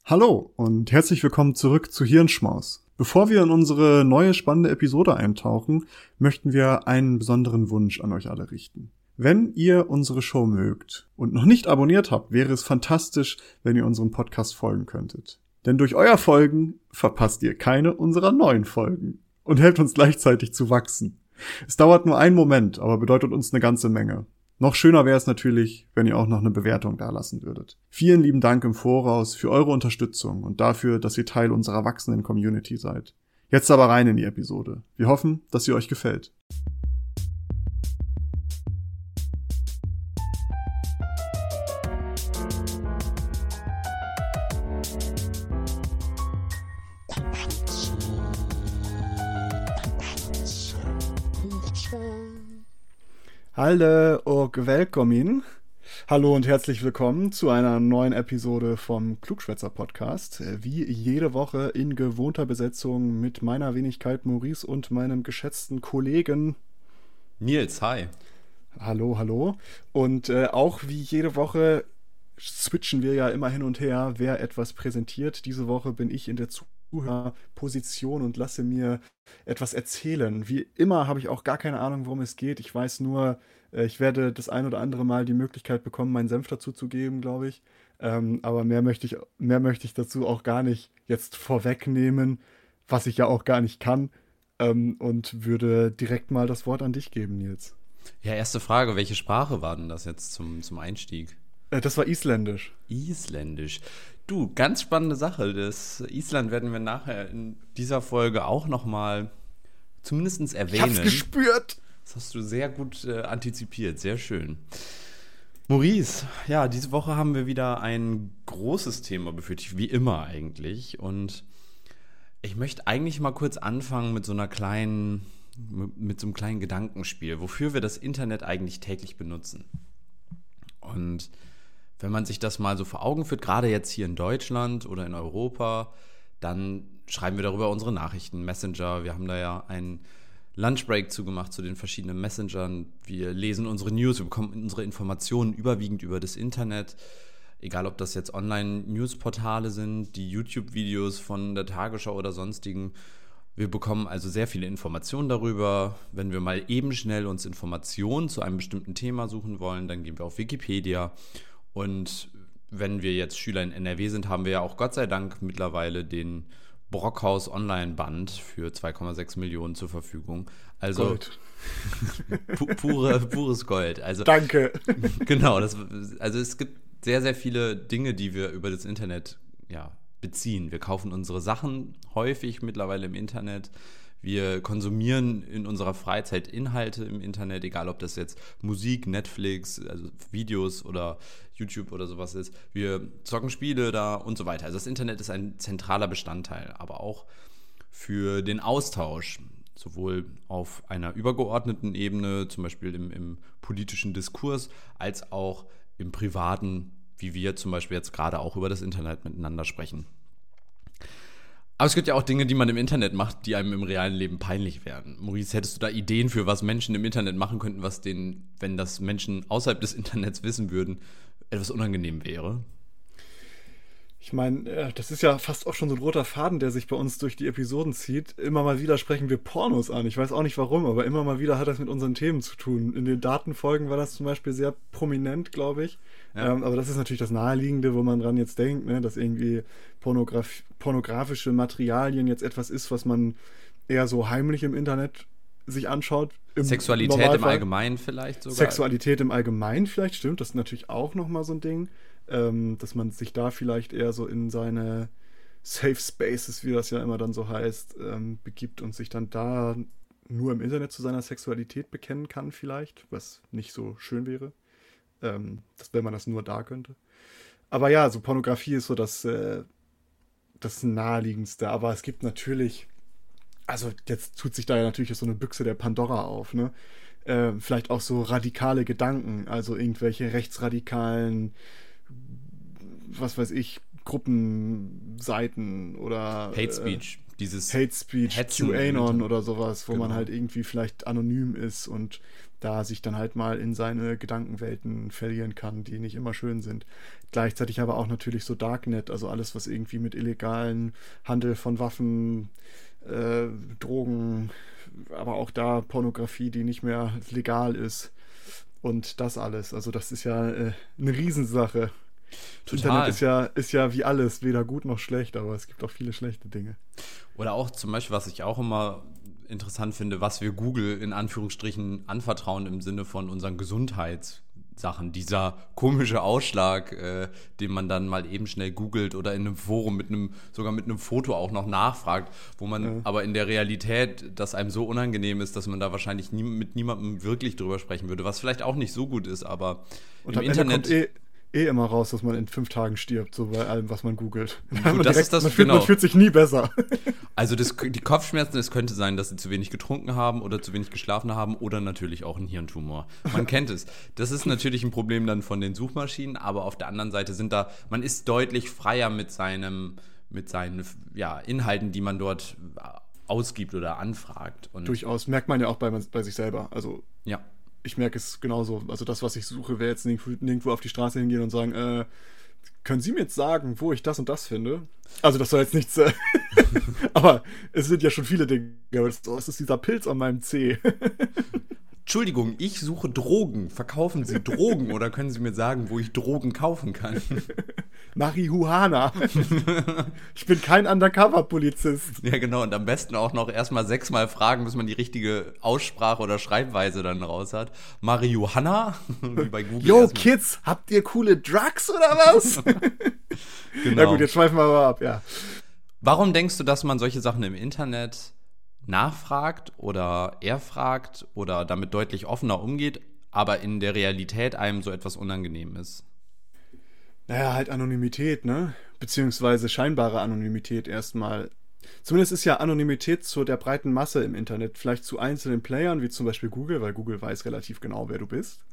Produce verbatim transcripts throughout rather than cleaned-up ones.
Hallo und herzlich willkommen zurück zu Hirnschmaus. Bevor wir in unsere neue spannende Episode eintauchen, möchten wir einen besonderen Wunsch an euch alle richten. Wenn ihr unsere Show mögt und noch nicht abonniert habt, wäre es fantastisch, wenn ihr unserem Podcast folgen könntet. Denn durch euer Folgen verpasst ihr keine unserer neuen Folgen und helft uns gleichzeitig zu wachsen. Es dauert nur einen Moment, aber bedeutet uns eine ganze Menge. Noch schöner wäre es natürlich, wenn ihr auch noch eine Bewertung dalassen würdet. Vielen lieben Dank im Voraus für eure Unterstützung und dafür, dass ihr Teil unserer wachsenden Community seid. Jetzt aber rein in die Episode. Wir hoffen, dass sie euch gefällt. Hallo und willkommen. Hallo und herzlich willkommen zu einer neuen Episode vom Klugschwätzer Podcast. Wie jede Woche in gewohnter Besetzung mit meiner Wenigkeit Maurice und meinem geschätzten Kollegen Nils, hi. Hallo, hallo. Und äh, auch wie jede Woche switchen wir ja immer hin und her, wer etwas präsentiert. Diese Woche bin ich in der Zuhörerposition und lasse mir etwas erzählen. Wie immer habe ich auch gar keine Ahnung, worum es geht. Ich weiß nur, äh, ich werde das ein oder andere Mal die Möglichkeit bekommen, meinen Senf dazu zu geben, glaube ich. Ähm, aber mehr möchte ich, mehr möchte ich dazu auch gar nicht jetzt vorwegnehmen, was ich ja auch gar nicht kann. Ähm, und würde direkt mal das Wort an dich geben, Nils. Ja, erste Frage, welche Sprache war denn das jetzt zum, zum Einstieg? Äh, das war Isländisch. Isländisch. Du, ganz spannende Sache. Das Island werden wir nachher in dieser Folge auch nochmal zumindest erwähnen. Ich hab's gespürt. Das hast du sehr gut äh, antizipiert. Sehr schön. Maurice, ja, diese Woche haben wir wieder ein großes Thema befürchtet, wie immer eigentlich. Und ich möchte eigentlich mal kurz anfangen mit so einer kleinen, mit so einem kleinen Gedankenspiel, wofür wir das Internet eigentlich täglich benutzen. Und wenn man sich das mal so vor Augen führt, gerade jetzt hier in Deutschland oder in Europa, dann schreiben wir darüber unsere Nachrichten, Messenger. Wir haben da ja einen Lunchbreak zugemacht zu den verschiedenen Messengern. Wir lesen unsere News, wir bekommen unsere Informationen überwiegend über das Internet. Egal, ob das jetzt Online-News-Portale sind, die YouTube-Videos von der Tagesschau oder sonstigen. Wir bekommen also sehr viele Informationen darüber. Wenn wir mal eben schnell uns Informationen zu einem bestimmten Thema suchen wollen, dann gehen wir auf Wikipedia. Und wenn wir jetzt Schüler in N R W sind, haben wir ja auch Gott sei Dank mittlerweile den Brockhaus Online-Band für zwei Komma sechs Millionen zur Verfügung. Also Gold. pu- pure, pures Gold. Also, Danke. Genau, das, also es gibt sehr, sehr viele Dinge, die wir über das Internet ja, beziehen. Wir kaufen unsere Sachen häufig mittlerweile im Internet. Wir konsumieren in unserer Freizeit Inhalte im Internet, egal ob das jetzt Musik, Netflix, also Videos oder YouTube oder sowas ist. Wir zocken Spiele da und so weiter. Also das Internet ist ein zentraler Bestandteil, aber auch für den Austausch, sowohl auf einer übergeordneten Ebene, zum Beispiel im, im politischen Diskurs, als auch im privaten, wie wir zum Beispiel jetzt gerade auch über das Internet miteinander sprechen. Aber es gibt ja auch Dinge, die man im Internet macht, die einem im realen Leben peinlich werden. Maurice, hättest du da Ideen für, was Menschen im Internet machen könnten, was denen, wenn das Menschen außerhalb des Internets wissen würden, etwas unangenehm wäre? Ich meine, das ist ja fast auch schon so ein roter Faden, der sich bei uns durch die Episoden zieht. Immer mal wieder sprechen wir Pornos an. Ich weiß auch nicht warum, aber immer mal wieder hat das mit unseren Themen zu tun. In den Datenfolgen war das zum Beispiel sehr prominent, glaube ich. Ja. Ähm, aber das ist natürlich das Naheliegende, wo man dran jetzt denkt, ne, dass irgendwie Pornograf- pornografische Materialien jetzt etwas ist, was man eher so heimlich im Internet sich anschaut. Im Sexualität Normalfall. im Allgemeinen vielleicht sogar? Sexualität im Allgemeinen vielleicht, stimmt. Das ist natürlich auch nochmal so ein Ding. Ähm, dass man sich da vielleicht eher so in seine Safe Spaces, wie das ja immer dann so heißt, ähm, begibt und sich dann da nur im Internet zu seiner Sexualität bekennen kann vielleicht, was nicht so schön wäre, ähm, dass, wenn man das nur da könnte. Aber ja, so Pornografie ist so das, äh, das Naheliegendste, aber es gibt natürlich, also jetzt tut sich da ja natürlich so eine Büchse der Pandora auf, ne? Äh, vielleicht auch so radikale Gedanken, also irgendwelche rechtsradikalen, was weiß ich, Gruppenseiten oder Hate Speech, äh, dieses Hate Speech, Hetzen QAnon oder sowas, wo genau. man halt irgendwie vielleicht anonym ist und da sich dann halt mal in seine Gedankenwelten verlieren kann, die nicht immer schön sind. Gleichzeitig aber auch natürlich so Darknet, also alles, was irgendwie mit illegalen Handel von Waffen, äh, Drogen, aber auch da Pornografie, die nicht mehr legal ist und das alles. Also das ist ja äh, eine Riesensache. Das Internet ist ja, ist ja wie alles, weder gut noch schlecht, aber es gibt auch viele schlechte Dinge. Oder auch zum Beispiel, was ich auch immer interessant finde, was wir Google in Anführungsstrichen anvertrauen im Sinne von unseren Gesundheitssachen. Dieser komische Ausschlag, äh, den man dann mal eben schnell googelt oder in einem Forum mit einem, sogar mit einem Foto auch noch nachfragt, wo man ja. aber in der Realität, das einem so unangenehm ist, dass man da wahrscheinlich nie, mit niemandem wirklich drüber sprechen würde, was vielleicht auch nicht so gut ist, aber und im Internet... Eh eh immer raus, dass man in fünf Tagen stirbt, so bei allem, was man googelt. Man, das direkt, ist das, man, fühlt, genau. man fühlt sich nie besser. Also das, die Kopfschmerzen, es könnte sein, dass sie zu wenig getrunken haben oder zu wenig geschlafen haben oder natürlich auch ein Hirntumor. Man kennt es. Das ist natürlich ein Problem dann von den Suchmaschinen, aber auf der anderen Seite sind da, man ist deutlich freier mit seinem, mit seinen ja, Inhalten, die man dort ausgibt oder anfragt. Und durchaus, merkt man ja auch bei, bei sich selber. Also ja. Ich merke es genauso. Also das, was ich suche, wäre jetzt nirgendwo, nirgendwo auf die Straße hingehen und sagen, äh, können Sie mir jetzt sagen, wo ich das und das finde? Also das soll jetzt nichts, äh, aber es sind ja schon viele Dinge. Das ist dieser Pilz an meinem Zeh. Entschuldigung, ich suche Drogen. Verkaufen Sie Drogen oder können Sie mir sagen, wo ich Drogen kaufen kann? Marihuana. Ich bin kein Undercover-Polizist. Ja, genau. Und am besten auch noch erstmal sechsmal fragen, bis man die richtige Aussprache oder Schreibweise dann raus hat. Marihuana? Wie bei Google. Yo, erstmal. Kids, habt ihr coole Drugs oder was? Genau. Na gut, jetzt schweifen wir aber ab, ja. Warum denkst du, dass man solche Sachen im Internet nachfragt oder erfragt oder damit deutlich offener umgeht, aber in der Realität einem so etwas unangenehm ist? Naja, halt Anonymität, ne? Beziehungsweise scheinbare Anonymität erstmal. Zumindest ist ja Anonymität zu der breiten Masse im Internet. Vielleicht zu einzelnen Playern, wie zum Beispiel Google, weil Google weiß relativ genau, wer du bist.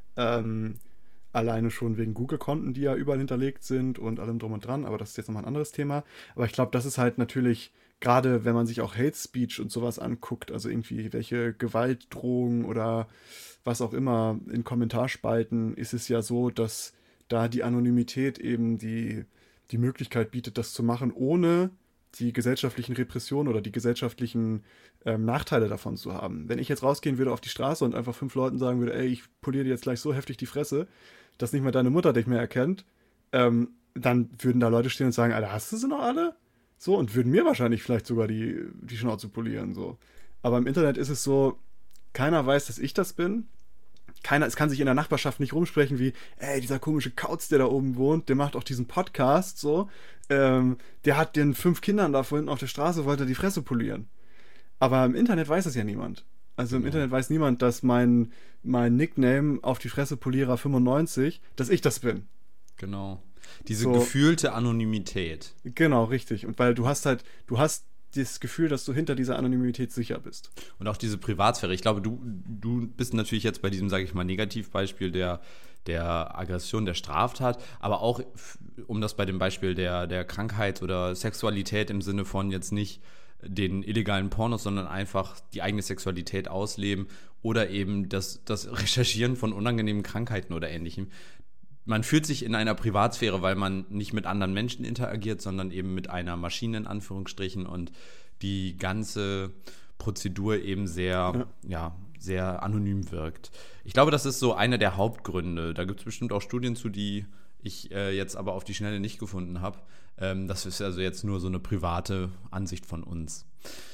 Ähm, alleine schon wegen Google-Konten, die ja überall hinterlegt sind und allem drum und dran. Aber das ist jetzt nochmal ein anderes Thema. Aber ich glaube, das ist halt natürlich, gerade wenn man sich auch Hate Speech und sowas anguckt, also irgendwie welche Gewaltdrohungen oder was auch immer in Kommentarspalten, ist es ja so, dass da die Anonymität eben die, die Möglichkeit bietet, das zu machen, ohne die gesellschaftlichen Repressionen oder die gesellschaftlichen ähm, Nachteile davon zu haben. Wenn ich jetzt rausgehen würde auf die Straße und einfach fünf Leuten sagen würde, ey, ich poliere dir jetzt gleich so heftig die Fresse, dass nicht mal deine Mutter dich mehr erkennt, ähm, dann würden da Leute stehen und sagen, Alter, hast du sie noch alle? So, und würden mir wahrscheinlich vielleicht sogar die, die Schnauze polieren. So. Aber im Internet ist es so, keiner weiß, dass ich das bin. Keiner, es kann sich in der Nachbarschaft nicht rumsprechen wie, ey, dieser komische Kauz, der da oben wohnt, der macht auch diesen Podcast, so. Ähm, der hat den fünf Kindern da vorhin auf der Straße, wollte die Fresse polieren. Aber im Internet weiß es ja niemand. Also im genau. Internet weiß niemand, dass mein, mein Nickname auf die Fresse Polierer fünfundneunzig, dass ich das bin. Genau. Diese so, gefühlte Anonymität. Genau, richtig. Und weil du hast halt, du hast das Gefühl, dass du hinter dieser Anonymität sicher bist. Und auch diese Privatsphäre. Ich glaube, du, du bist natürlich jetzt bei diesem, sage ich mal, Negativbeispiel der, der Aggression, der Straftat, aber auch, um das bei dem Beispiel der, der Krankheit oder Sexualität im Sinne von jetzt nicht den illegalen Pornos, sondern einfach die eigene Sexualität ausleben oder eben das, das Recherchieren von unangenehmen Krankheiten oder Ähnlichem. Man fühlt sich in einer Privatsphäre, weil man nicht mit anderen Menschen interagiert, sondern eben mit einer Maschine in Anführungsstrichen und die ganze Prozedur eben sehr, ja. Ja, sehr anonym wirkt. Ich glaube, das ist so einer der Hauptgründe. Da gibt es bestimmt auch Studien zu, die ich äh, jetzt aber auf die Schnelle nicht gefunden habe. Ähm, das ist also jetzt nur so eine private Ansicht von uns.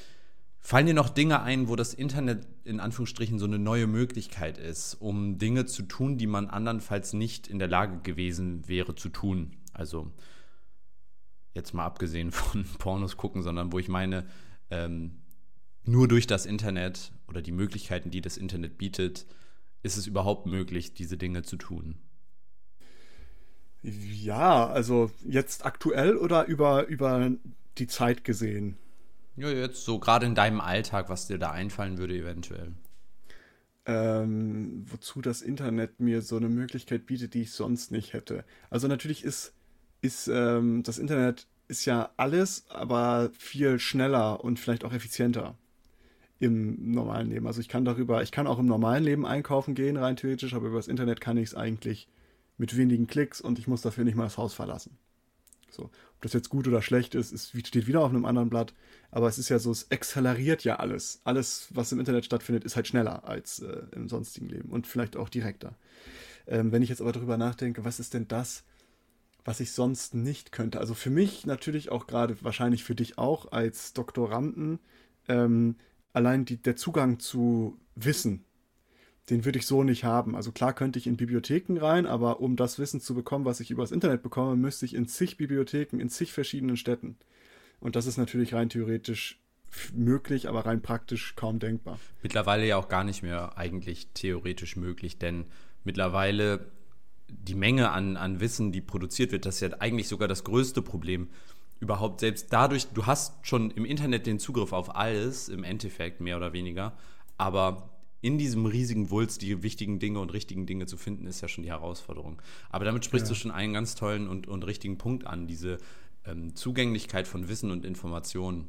Fallen dir noch Dinge ein, wo das Internet in Anführungsstrichen so eine neue Möglichkeit ist, um Dinge zu tun, die man andernfalls nicht in der Lage gewesen wäre zu tun? Also jetzt mal abgesehen von Pornos gucken, sondern wo ich meine, ähm, nur durch das Internet oder die Möglichkeiten, die das Internet bietet, ist es überhaupt möglich, diese Dinge zu tun? Ja, also jetzt aktuell oder über, über die Zeit gesehen? Ja, jetzt so gerade in deinem Alltag, was dir da einfallen würde eventuell. Ähm, wozu das Internet mir so eine Möglichkeit bietet, die ich sonst nicht hätte. Also natürlich ist ist, ähm, das Internet ist ja alles, aber viel schneller und vielleicht auch effizienter im normalen Leben. Also ich kann darüber, ich kann auch im normalen Leben einkaufen gehen, rein theoretisch, aber über das Internet kann ich es eigentlich mit wenigen Klicks und ich muss dafür nicht mal das Haus verlassen. So. Ob das jetzt gut oder schlecht ist, ist, steht wieder auf einem anderen Blatt. Aber es ist ja so, es acceleriert ja alles. Alles, was im Internet stattfindet, ist halt schneller als äh, im sonstigen Leben und vielleicht auch direkter. Ähm, wenn ich jetzt aber darüber nachdenke, was ist denn das, was ich sonst nicht könnte? Also für mich natürlich auch gerade, wahrscheinlich für dich auch als Doktoranden, ähm, allein die, der Zugang zu Wissen, den würde ich so nicht haben. Also klar könnte ich in Bibliotheken rein, aber um das Wissen zu bekommen, was ich übers Internet bekomme, müsste ich in zig Bibliotheken, in zig verschiedenen Städten. Und das ist natürlich rein theoretisch f- möglich, aber rein praktisch kaum denkbar. Mittlerweile ja auch gar nicht mehr eigentlich theoretisch möglich, denn mittlerweile die Menge an, an Wissen, die produziert wird, das ist ja eigentlich sogar das größte Problem. Überhaupt selbst dadurch, du hast schon im Internet den Zugriff auf alles, im Endeffekt mehr oder weniger, aber in diesem riesigen Wulst die wichtigen Dinge und richtigen Dinge zu finden, ist ja schon die Herausforderung. Aber damit sprichst Ja. du schon einen ganz tollen und, und richtigen Punkt an. Diese ähm, Zugänglichkeit von Wissen und Informationen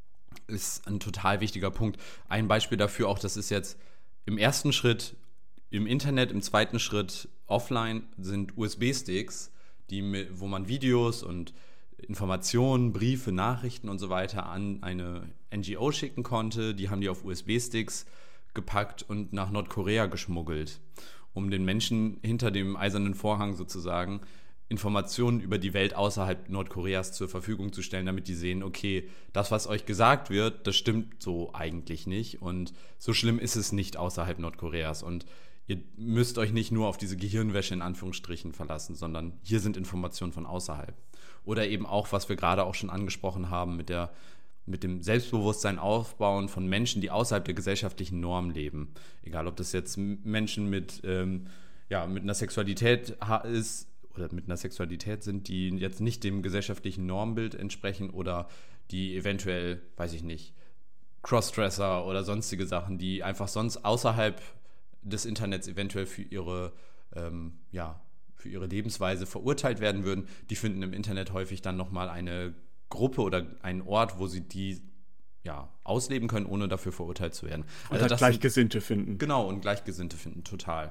ist ein total wichtiger Punkt. Ein Beispiel dafür auch, das ist jetzt im ersten Schritt im Internet, im zweiten Schritt offline sind U S B-Sticks, die, mi- wo man Videos und Informationen, Briefe, Nachrichten und so weiter an eine N G O schicken konnte. Die haben die auf U S B-Sticks gepackt und nach Nordkorea geschmuggelt, um den Menschen hinter dem eisernen Vorhang sozusagen Informationen über die Welt außerhalb Nordkoreas zur Verfügung zu stellen, damit die sehen, okay, das, was euch gesagt wird, das stimmt so eigentlich nicht und so schlimm ist es nicht außerhalb Nordkoreas und ihr müsst euch nicht nur auf diese Gehirnwäsche in Anführungsstrichen verlassen, sondern hier sind Informationen von außerhalb. Oder eben auch, was wir gerade auch schon angesprochen haben, mit der mit dem Selbstbewusstsein aufbauen von Menschen, die außerhalb der gesellschaftlichen Norm leben. Egal, ob das jetzt M- Menschen mit, ähm, ja, mit einer Sexualität ha- ist oder mit einer Sexualität sind, die jetzt nicht dem gesellschaftlichen Normbild entsprechen oder die eventuell, weiß ich nicht, Crossdresser oder sonstige Sachen, die einfach sonst außerhalb des Internets eventuell für ihre, ähm, ja, für ihre Lebensweise verurteilt werden würden, die finden im Internet häufig dann nochmal eine Gruppe oder einen Ort, wo sie die ja, ausleben können, ohne dafür verurteilt zu werden. Und Also halt das Gleichgesinnte finden. Genau, und Gleichgesinnte finden, total.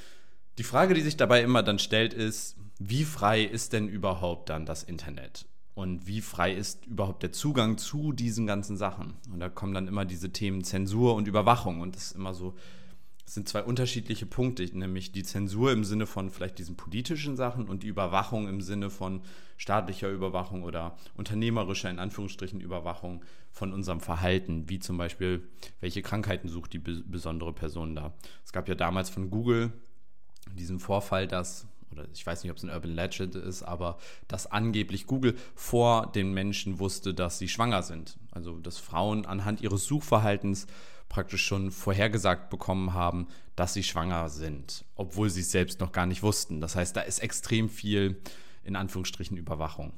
Die Frage, die sich dabei immer dann stellt, ist, wie frei ist denn überhaupt dann das Internet? Und wie frei ist überhaupt der Zugang zu diesen ganzen Sachen? Und da kommen dann immer diese Themen Zensur und Überwachung. Und das ist immer so, das sind zwei unterschiedliche Punkte, nämlich die Zensur im Sinne von vielleicht diesen politischen Sachen und die Überwachung im Sinne von staatlicher Überwachung oder unternehmerischer, in Anführungsstrichen, Überwachung von unserem Verhalten, wie zum Beispiel, welche Krankheiten sucht die be- besondere Person da. Es gab ja damals von Google diesen Vorfall, dass, oder ich weiß nicht, ob es ein Urban Legend ist, aber dass angeblich Google vor den Menschen wusste, dass sie schwanger sind. Also dass Frauen anhand ihres Suchverhaltens praktisch schon vorhergesagt bekommen haben, dass sie schwanger sind, obwohl sie es selbst noch gar nicht wussten. Das heißt, da ist extrem viel, in Anführungsstrichen, Überwachung.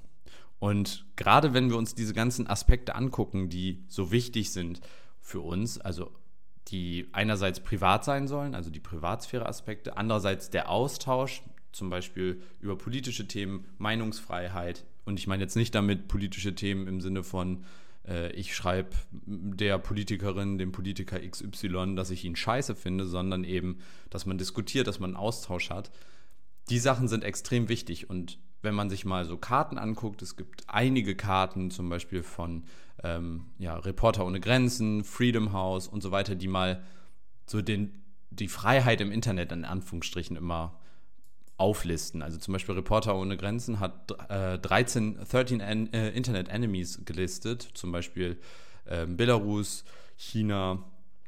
Und gerade wenn wir uns diese ganzen Aspekte angucken, die so wichtig sind für uns, also die einerseits privat sein sollen, also die Privatsphäre-Aspekte, andererseits der Austausch, zum Beispiel über politische Themen, Meinungsfreiheit. Und ich meine jetzt nicht damit politische Themen im Sinne von, äh, ich schreibe der Politikerin, dem Politiker X Y, dass ich ihn scheiße finde, sondern eben, dass man diskutiert, dass man einen Austausch hat. Die Sachen sind extrem wichtig. Und wenn man sich mal so Karten anguckt, es gibt einige Karten, zum Beispiel von ähm, ja, Reporter ohne Grenzen, Freedom House und so weiter, die mal so den, die Freiheit im Internet in Anführungsstrichen immer auflisten. Also zum Beispiel Reporter ohne Grenzen hat äh, dreizehn, dreizehn en, äh, Internet Enemies gelistet, zum Beispiel äh, Belarus, China,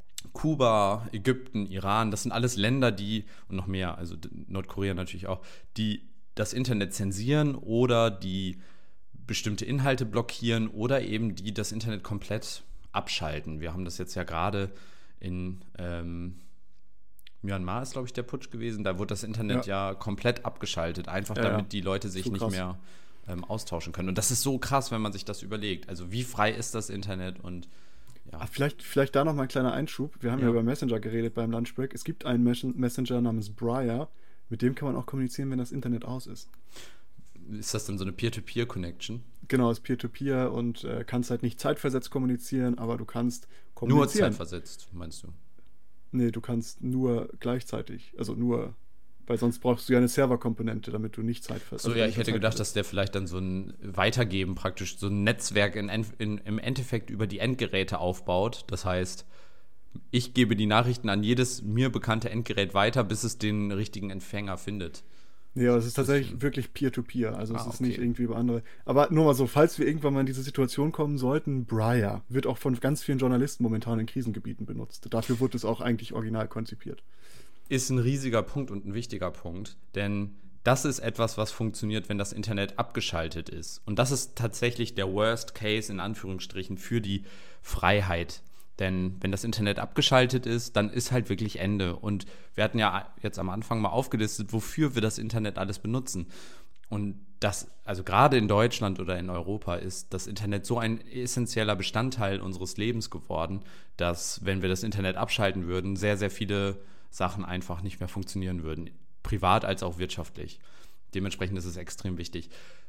Kuba, Ägypten, Iran. Das sind alles Länder, die, und noch mehr, also Nordkorea natürlich auch, die das Internet zensieren oder die bestimmte Inhalte blockieren oder eben die das Internet komplett abschalten. Wir haben das jetzt ja gerade in ähm, Myanmar ist, glaube ich, der Putsch gewesen. Da wurde das Internet ja, ja komplett abgeschaltet, einfach Ja, damit ja. die Leute sich So nicht krass. mehr ähm, austauschen können. Und das ist so krass, wenn man sich das überlegt. Also wie frei ist das Internet und ja. Ach, vielleicht, vielleicht da noch mal ein kleiner Einschub. Wir haben ja, Ja. über Messenger geredet beim Lunchbreak. Es gibt einen Mes- Messenger namens Briar, mit dem kann man auch kommunizieren, wenn das Internet aus ist. ist das dann so eine Peer-to-Peer-Connection? Genau, ist Peer-to-Peer und äh, kannst halt nicht zeitversetzt kommunizieren, aber du kannst kommunizieren. Nur zeitversetzt, meinst du? Nee, du kannst nur gleichzeitig, also nur, weil sonst brauchst du ja eine Serverkomponente, damit du nicht zeitversetzt. So, ja, ich hätte gedacht, dass der vielleicht dann so ein Weitergeben praktisch, so ein Netzwerk in, in, im Endeffekt über die Endgeräte aufbaut. Das heißt, ich gebe die Nachrichten an jedes mir bekannte Endgerät weiter, bis es den richtigen Empfänger findet. Nee, aber es ist tatsächlich wirklich Peer-to-Peer, also es Ah, ist okay. nicht irgendwie über andere. Aber nur mal so, falls wir irgendwann mal in diese Situation kommen sollten, Briar wird auch von ganz vielen Journalisten momentan in Krisengebieten benutzt. Dafür wurde es auch eigentlich original konzipiert. Ist ein riesiger Punkt und ein wichtiger Punkt, denn das ist etwas, was funktioniert, wenn das Internet abgeschaltet ist. Und das ist tatsächlich der Worst Case in Anführungsstrichen für die Freiheit. Denn wenn das Internet abgeschaltet ist, dann ist halt wirklich Ende. Und wir hatten ja jetzt am Anfang mal aufgelistet, wofür wir das Internet alles benutzen. Und das, also gerade in Deutschland oder in Europa, ist das Internet so ein essentieller Bestandteil unseres Lebens geworden, dass, wenn wir das Internet abschalten würden, sehr, sehr viele Sachen einfach nicht mehr funktionieren würden. Privat als auch wirtschaftlich. Dementsprechend ist es extrem wichtig.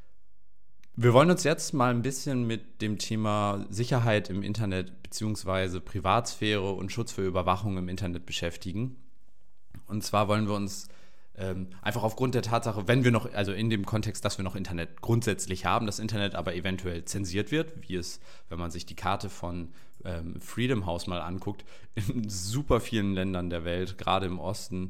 Wir wollen uns jetzt mal ein bisschen mit dem Thema Sicherheit im Internet beziehungsweise Privatsphäre und Schutz für Überwachung im Internet beschäftigen. Und zwar wollen wir uns ähm, einfach aufgrund der Tatsache, wenn wir noch, also in dem Kontext, dass wir noch Internet grundsätzlich haben, das Internet aber eventuell zensiert wird, wie es, wenn man sich die Karte von ähm, Freedom House mal anguckt, in super vielen Ländern der Welt, gerade im Osten,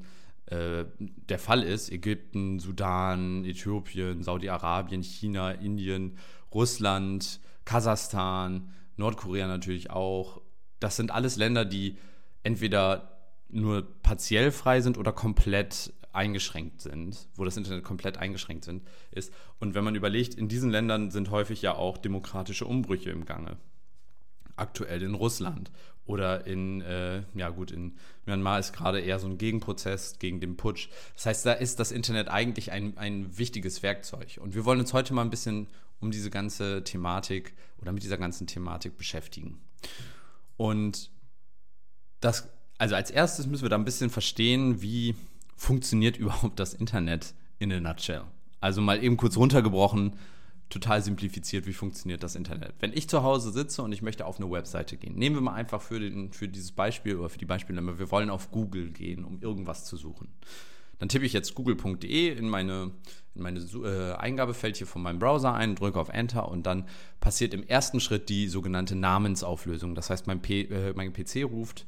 der Fall ist. Ägypten, Sudan, Äthiopien, Saudi-Arabien, China, Indien, Russland, Kasachstan, Nordkorea natürlich auch. Das sind alles Länder, die entweder nur partiell frei sind oder komplett eingeschränkt sind, wo das Internet komplett eingeschränkt sind, ist. Und wenn man überlegt, in diesen Ländern sind häufig ja auch demokratische Umbrüche im Gange. Aktuell in Russland oder in, äh, ja gut, in Myanmar ist gerade eher so ein Gegenprozess gegen den Putsch. Das heißt, da ist das Internet eigentlich ein, ein wichtiges Werkzeug. Und wir wollen uns heute mal ein bisschen um diese ganze Thematik oder mit dieser ganzen Thematik beschäftigen. Und das, also als erstes müssen wir da ein bisschen verstehen, wie funktioniert überhaupt das Internet in a nutshell. Also mal eben kurz runtergebrochen, total simplifiziert, wie funktioniert das Internet. Wenn ich zu Hause sitze und ich möchte auf eine Webseite gehen, nehmen wir mal einfach für, den, für dieses Beispiel oder für die Beispiele, wir wollen auf Google gehen, um irgendwas zu suchen. Dann tippe ich jetzt google punkt de in meine, in meine äh, Eingabefeld hier von meinem Browser ein, drücke auf Enter und dann passiert im ersten Schritt die sogenannte Namensauflösung. Das heißt, mein, P, äh, mein P C ruft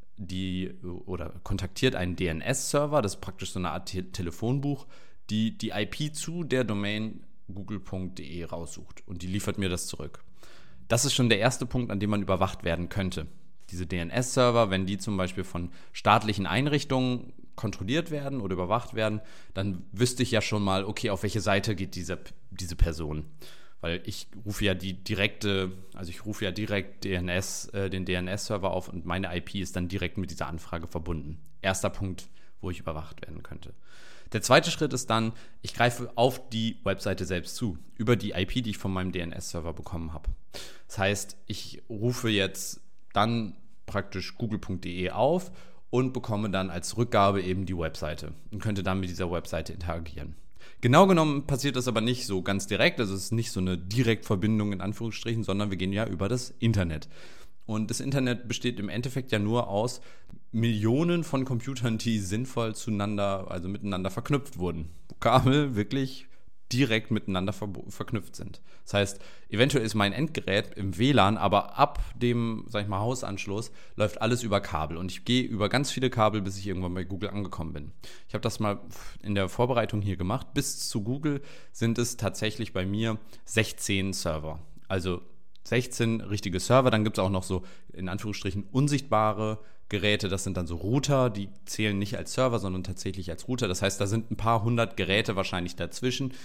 die oder kontaktiert einen D N S-Server, das ist praktisch so eine Art Te- Telefonbuch, die die I P zu der Domain google punkt de raussucht und die liefert mir das zurück. Das ist schon der erste Punkt, an dem man überwacht werden könnte. Diese D N S-Server, wenn die zum Beispiel von staatlichen Einrichtungen kontrolliert werden oder überwacht werden, dann wüsste ich ja schon mal, okay, auf welche Seite geht diese, diese Person. Weil ich rufe ja die direkte, also ich rufe ja direkt D N S, äh, den D N S-Server auf und meine I P ist dann direkt mit dieser Anfrage verbunden. Erster Punkt, wo ich überwacht werden könnte. Der zweite Schritt ist dann, ich greife auf die Webseite selbst zu, über die I P, die ich von meinem D N S-Server bekommen habe. Das heißt, ich rufe jetzt dann praktisch google punkt de auf und bekomme dann als Rückgabe eben die Webseite und könnte dann mit dieser Webseite interagieren. Genau genommen passiert das aber nicht so ganz direkt, also es ist nicht so eine Direktverbindung in Anführungsstrichen, sondern wir gehen ja über das Internet. Und das Internet besteht im Endeffekt ja nur aus Millionen von Computern, die sinnvoll zueinander, also miteinander verknüpft wurden. Wo Kabel wirklich direkt miteinander ver- verknüpft sind. Das heißt, eventuell ist mein Endgerät im W L A N, aber ab dem, sag ich mal, Hausanschluss läuft alles über Kabel. Und ich gehe über ganz viele Kabel, bis ich irgendwann bei Google angekommen bin. Ich habe das mal in der Vorbereitung hier gemacht. Bis zu Google sind es tatsächlich bei mir sechzehn Server. Also sechzehn richtige Server, dann gibt es auch noch so in Anführungsstrichen unsichtbare Geräte, das sind dann so Router, die zählen nicht als Server, sondern tatsächlich als Router. Das heißt, da sind ein paar hundert Geräte wahrscheinlich dazwischen,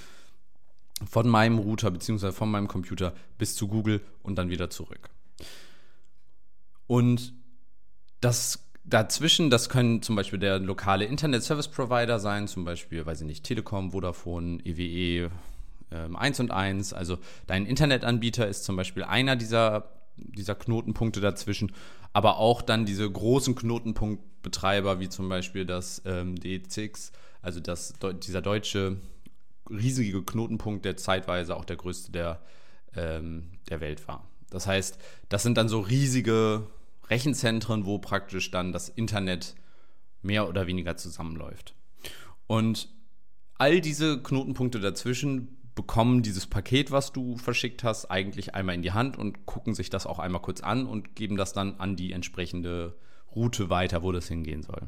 von meinem Router bzw. von meinem Computer bis zu Google und dann wieder zurück. Und das dazwischen, das können zum Beispiel der lokale Internet-Service-Provider sein, zum Beispiel, weiß ich nicht, Telekom, Vodafone, E W E, eins und eins, also dein Internetanbieter ist zum Beispiel einer dieser, dieser Knotenpunkte dazwischen, aber auch dann diese großen Knotenpunktbetreiber, wie zum Beispiel das ähm, D E C X, also das, dieser deutsche riesige Knotenpunkt, der zeitweise auch der größte der, ähm, der Welt war. Das heißt, das sind dann so riesige Rechenzentren, wo praktisch dann das Internet mehr oder weniger zusammenläuft. Und all diese Knotenpunkte dazwischen bekommen dieses Paket, was du verschickt hast, eigentlich einmal in die Hand und gucken sich das auch einmal kurz an und geben das dann an die entsprechende Route weiter, wo das hingehen soll.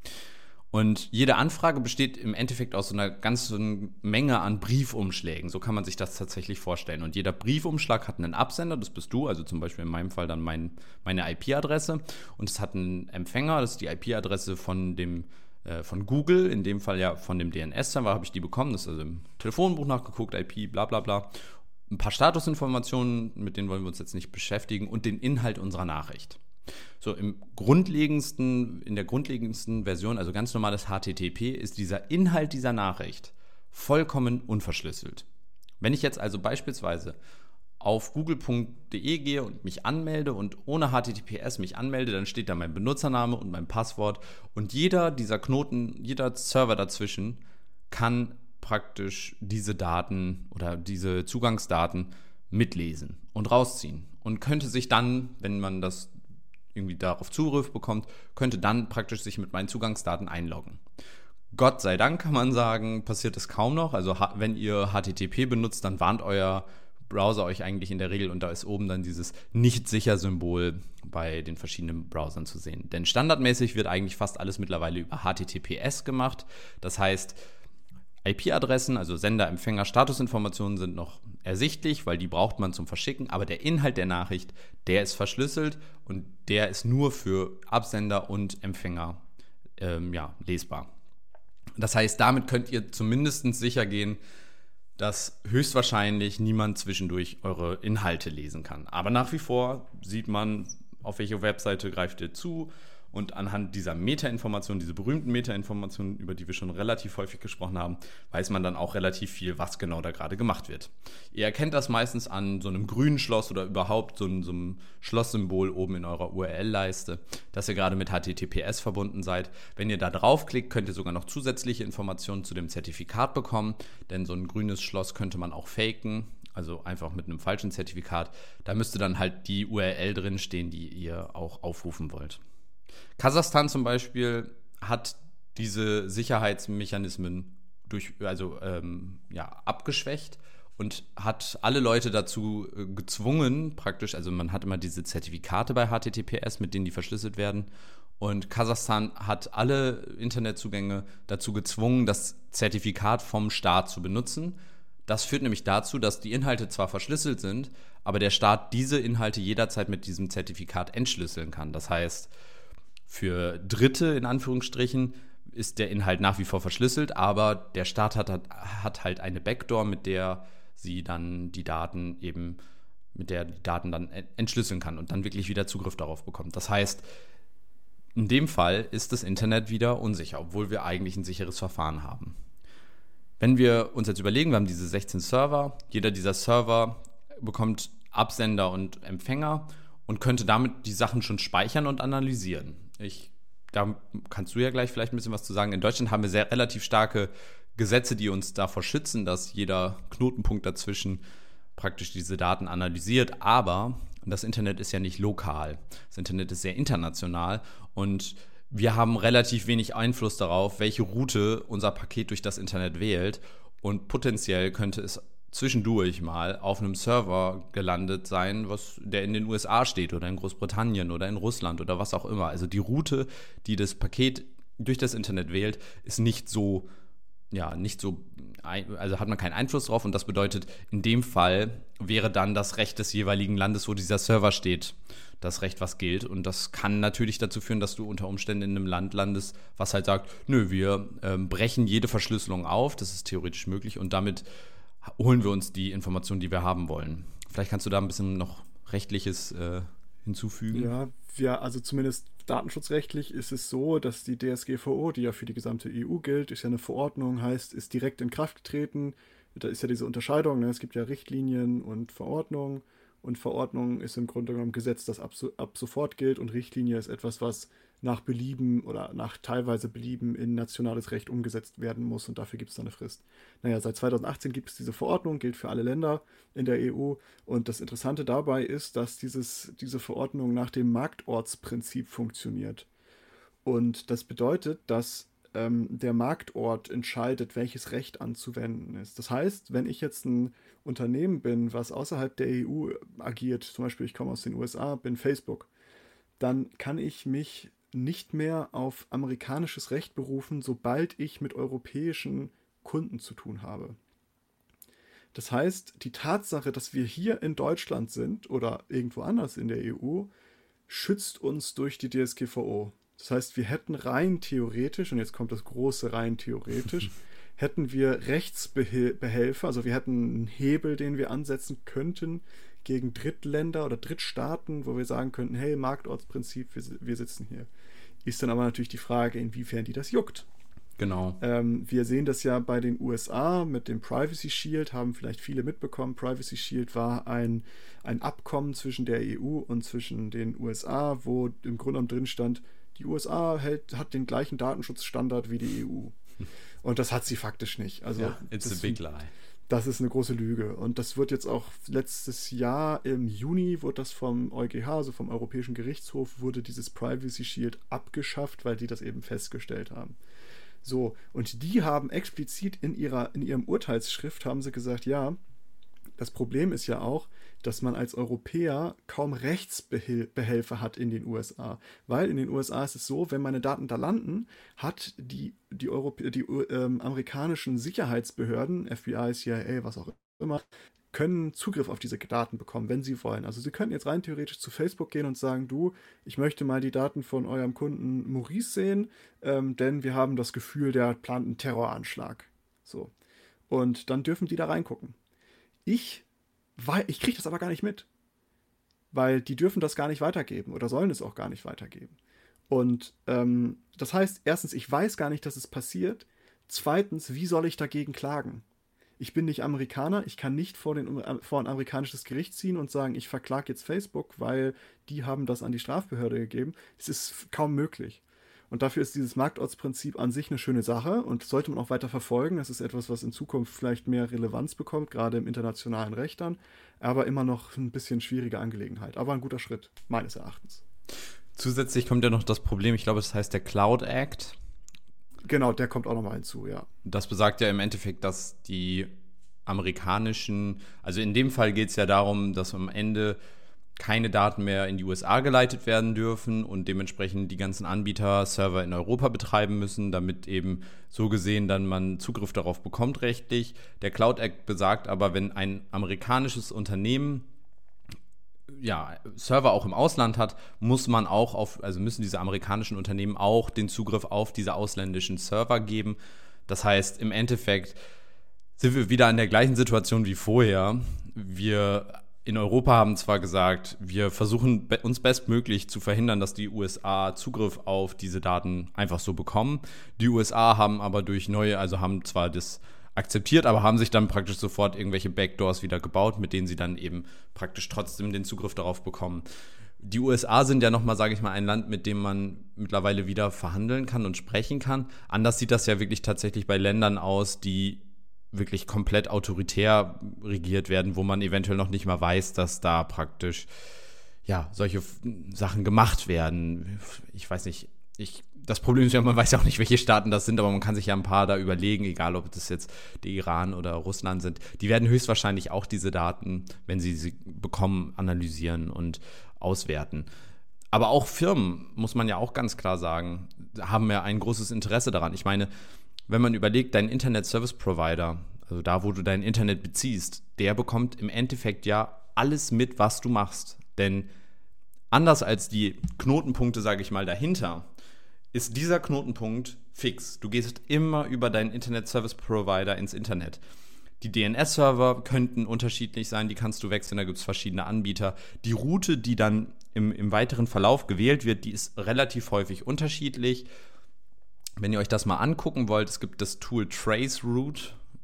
Und jede Anfrage besteht im Endeffekt aus so einer ganzen Menge an Briefumschlägen. So kann man sich das tatsächlich vorstellen. Und jeder Briefumschlag hat einen Absender, das bist du, also zum Beispiel in meinem Fall dann mein, meine I P-Adresse. Und es hat einen Empfänger, das ist die I P-Adresse von dem äh, von Google, in dem Fall ja von dem D N S-Server habe ich die bekommen. Das ist also im Telefonbuch nachgeguckt, I P, bla bla bla. Ein paar Statusinformationen, mit denen wollen wir uns jetzt nicht beschäftigen, und den Inhalt unserer Nachricht. So, im grundlegendsten, in der grundlegendsten Version, also ganz normales H T T P, ist dieser Inhalt dieser Nachricht vollkommen unverschlüsselt. Wenn ich jetzt also beispielsweise auf google punkt de gehe und mich anmelde und ohne H T T P S mich anmelde, dann steht da mein Benutzername und mein Passwort, und jeder dieser Knoten, jeder Server dazwischen kann praktisch diese Daten oder diese Zugangsdaten mitlesen und rausziehen und könnte sich dann, wenn man das irgendwie darauf Zugriff bekommt, könnte dann praktisch sich mit meinen Zugangsdaten einloggen. Gott sei Dank kann man sagen, passiert das kaum noch. Also wenn ihr H T T P benutzt, dann warnt euer Browser euch eigentlich in der Regel, und da ist oben dann dieses Nicht-Sicher-Symbol bei den verschiedenen Browsern zu sehen. Denn standardmäßig wird eigentlich fast alles mittlerweile über H T T P S gemacht. Das heißt, I P-Adressen, also Sender, Empfänger, Statusinformationen sind noch ersichtlich, weil die braucht man zum Verschicken, aber der Inhalt der Nachricht, der ist verschlüsselt und der ist nur für Absender und Empfänger ähm, ja, lesbar. Das heißt, damit könnt ihr zumindest sicher gehen, dass höchstwahrscheinlich niemand zwischendurch eure Inhalte lesen kann. Aber nach wie vor sieht man, auf welche Webseite greift ihr zu. Und anhand dieser Metainformationen, diese berühmten Metainformationen, über die wir schon relativ häufig gesprochen haben, weiß man dann auch relativ viel, was genau da gerade gemacht wird. Ihr erkennt das meistens an so einem grünen Schloss oder überhaupt so einem, so einem Schlosssymbol oben in eurer U R L-Leiste, dass ihr gerade mit H T T P S verbunden seid. Wenn ihr da draufklickt, könnt ihr sogar noch zusätzliche Informationen zu dem Zertifikat bekommen, denn so ein grünes Schloss könnte man auch faken, also einfach mit einem falschen Zertifikat. Da müsste dann halt die U R L drin stehen, die ihr auch aufrufen wollt. Kasachstan zum Beispiel hat diese Sicherheitsmechanismen durch, also, ähm, ja, abgeschwächt und hat alle Leute dazu äh, gezwungen, praktisch, also man hat immer diese Zertifikate bei H T T P S, mit denen die verschlüsselt werden, und Kasachstan hat alle Internetzugänge dazu gezwungen, das Zertifikat vom Staat zu benutzen. Das führt nämlich dazu, dass die Inhalte zwar verschlüsselt sind, aber der Staat diese Inhalte jederzeit mit diesem Zertifikat entschlüsseln kann. Das heißt, für Dritte, in Anführungsstrichen, ist der Inhalt nach wie vor verschlüsselt, aber der Staat hat, hat, hat halt eine Backdoor, mit der sie dann die Daten eben, mit der die Daten dann entschlüsseln kann und dann wirklich wieder Zugriff darauf bekommt. Das heißt, in dem Fall ist das Internet wieder unsicher, obwohl wir eigentlich ein sicheres Verfahren haben. Wenn wir uns jetzt überlegen, wir haben diese sechzehn Server, jeder dieser Server bekommt Absender und Empfänger und könnte damit die Sachen schon speichern und analysieren. Ich, da kannst du ja gleich vielleicht ein bisschen was zu sagen. In Deutschland haben wir sehr relativ starke Gesetze, die uns davor schützen, dass jeder Knotenpunkt dazwischen praktisch diese Daten analysiert. Aber das Internet ist ja nicht lokal. Das Internet ist sehr international und wir haben relativ wenig Einfluss darauf, welche Route unser Paket durch das Internet wählt. Und potenziell könnte es zwischendurch mal auf einem Server gelandet sein, was der in den U S A steht oder in Großbritannien oder in Russland oder was auch immer. Also die Route, die das Paket durch das Internet wählt, ist nicht so, ja, nicht so, also hat man keinen Einfluss drauf, und das bedeutet, in dem Fall wäre dann das Recht des jeweiligen Landes, wo dieser Server steht, das Recht, was gilt. Und das kann natürlich dazu führen, dass du unter Umständen in einem Land landest, was halt sagt, nö, wir ähm, brechen jede Verschlüsselung auf, das ist theoretisch möglich, und damit holen wir uns die Informationen, die wir haben wollen. Vielleicht kannst du da ein bisschen noch Rechtliches äh, hinzufügen. Ja, ja, also zumindest datenschutzrechtlich ist es so, dass die D S G V O, die ja für die gesamte E U gilt, ist ja eine Verordnung, heißt, ist direkt in Kraft getreten. Da ist ja diese Unterscheidung, ne? Es gibt ja Richtlinien und Verordnungen, und Verordnung ist im Grunde genommen Gesetz, das ab, so, ab sofort gilt und Richtlinie ist etwas, was nach Belieben oder nach teilweise Belieben in nationales Recht umgesetzt werden muss und dafür gibt es dann eine Frist. Naja, seit zweitausendachtzehn gibt es diese Verordnung, gilt für alle Länder in der E U und das Interessante dabei ist, dass dieses, diese Verordnung nach dem Marktortsprinzip funktioniert. Und das bedeutet, dass ähm, der Marktort entscheidet, welches Recht anzuwenden ist. Das heißt, wenn ich jetzt ein Unternehmen bin, was außerhalb der E U agiert, zum Beispiel ich komme aus den U S A, bin Facebook, dann kann ich mich nicht mehr auf amerikanisches Recht berufen, sobald ich mit europäischen Kunden zu tun habe. Das heißt, die Tatsache, dass wir hier in Deutschland sind oder irgendwo anders in der E U, schützt uns durch die D S G V O. Das heißt, wir hätten rein theoretisch, und jetzt kommt das große rein theoretisch, hätten wir Rechtsbehelfe, also wir hätten einen Hebel, den wir ansetzen könnten gegen Drittländer oder Drittstaaten, wo wir sagen könnten, hey, Marktortsprinzip, wir, wir sitzen hier. Ist dann aber natürlich die Frage, inwiefern die das juckt. Genau. Ähm, wir sehen das ja bei den U S A mit dem Privacy Shield, haben vielleicht viele mitbekommen. Privacy Shield war ein, ein Abkommen zwischen der E U und zwischen den U S A, wo im Grunde genommen drin stand, die U S A hält, hat den gleichen Datenschutzstandard wie die E U. Und das hat sie faktisch nicht. Also ja, it's das, a big lie. Das ist eine große Lüge. Und das wird jetzt auch letztes Jahr im Juni, wurde das vom E u G H, also vom Europäischen Gerichtshof, wurde dieses Privacy Shield abgeschafft, weil die das eben festgestellt haben. So, und die haben explizit in ihrer, in ihrem Urteilsschrift haben sie gesagt, ja, das Problem ist ja auch, dass man als Europäer kaum Rechtsbehelfe hat in den U S A. Weil in den U S A ist es so, wenn meine Daten da landen, hat die, die, Europä- die ähm, amerikanischen Sicherheitsbehörden, F B I, C I A, was auch immer, können Zugriff auf diese Daten bekommen, wenn sie wollen. Also sie könnten jetzt rein theoretisch zu Facebook gehen und sagen, du, ich möchte mal die Daten von eurem Kunden Maurice sehen, ähm, denn wir haben das Gefühl, der plant einen Terroranschlag. So. Und dann dürfen die da reingucken. Ich, ich kriege das aber gar nicht mit, weil die dürfen das gar nicht weitergeben oder sollen es auch gar nicht weitergeben. Und ähm, das heißt, erstens, ich weiß gar nicht, dass es passiert. Zweitens, wie soll ich dagegen klagen? Ich bin nicht Amerikaner, ich kann nicht vor, den, vor ein amerikanisches Gericht ziehen und sagen, ich verklage jetzt Facebook, weil die haben das an die Strafbehörde gegeben. Es ist kaum möglich. Und dafür ist dieses Marktortsprinzip an sich eine schöne Sache und sollte man auch weiter verfolgen. Das ist etwas, was in Zukunft vielleicht mehr Relevanz bekommt, gerade im internationalen Recht dann, aber immer noch ein bisschen schwierige Angelegenheit. Aber ein guter Schritt, meines Erachtens. Zusätzlich kommt ja noch das Problem, ich glaube, es heißt der Cloud Act. Genau, der kommt auch nochmal hinzu, ja. Das besagt ja im Endeffekt, dass die amerikanischen, also in dem Fall geht es ja darum, dass am Ende keine Daten mehr in die U S A geleitet werden dürfen und dementsprechend die ganzen Anbieter Server in Europa betreiben müssen, damit eben so gesehen dann man Zugriff darauf bekommt rechtlich. Der Cloud Act besagt aber, wenn ein amerikanisches Unternehmen ja, Server auch im Ausland hat, muss man auch auf, also müssen diese amerikanischen Unternehmen auch den Zugriff auf diese ausländischen Server geben. Das heißt, im Endeffekt sind wir wieder in der gleichen Situation wie vorher. Wir in Europa haben zwar gesagt, wir versuchen uns bestmöglich zu verhindern, dass die U S A Zugriff auf diese Daten einfach so bekommen. Die U S A haben aber durch neue, also haben zwar das akzeptiert, aber haben sich dann praktisch sofort irgendwelche Backdoors wieder gebaut, mit denen sie dann eben praktisch trotzdem den Zugriff darauf bekommen. Die U S A sind ja nochmal, sage ich mal, ein Land, mit dem man mittlerweile wieder verhandeln kann und sprechen kann. Anders sieht das ja wirklich tatsächlich bei Ländern aus, die wirklich komplett autoritär regiert werden, wo man eventuell noch nicht mal weiß, dass da praktisch ja solche Sachen gemacht werden. Ich weiß nicht, ich, das Problem ist ja, man weiß ja auch nicht, welche Staaten das sind, aber man kann sich ja ein paar da überlegen, egal ob das jetzt der Iran oder Russland sind. Die werden höchstwahrscheinlich auch diese Daten, wenn sie sie bekommen, analysieren und auswerten. Aber auch Firmen, muss man ja auch ganz klar sagen, haben ja ein großes Interesse daran. Ich meine, wenn man überlegt, dein Internet-Service-Provider, also da, wo du dein Internet beziehst, der bekommt im Endeffekt ja alles mit, was du machst. Denn anders als die Knotenpunkte, sage ich mal, dahinter, ist dieser Knotenpunkt fix. Du gehst immer über deinen Internet-Service-Provider ins Internet. Die D N S-Server könnten unterschiedlich sein, die kannst du wechseln, da gibt es verschiedene Anbieter. Die Route, die dann im, im weiteren Verlauf gewählt wird, die ist relativ häufig unterschiedlich. Wenn ihr euch das mal angucken wollt, es gibt das Tool Traceroute,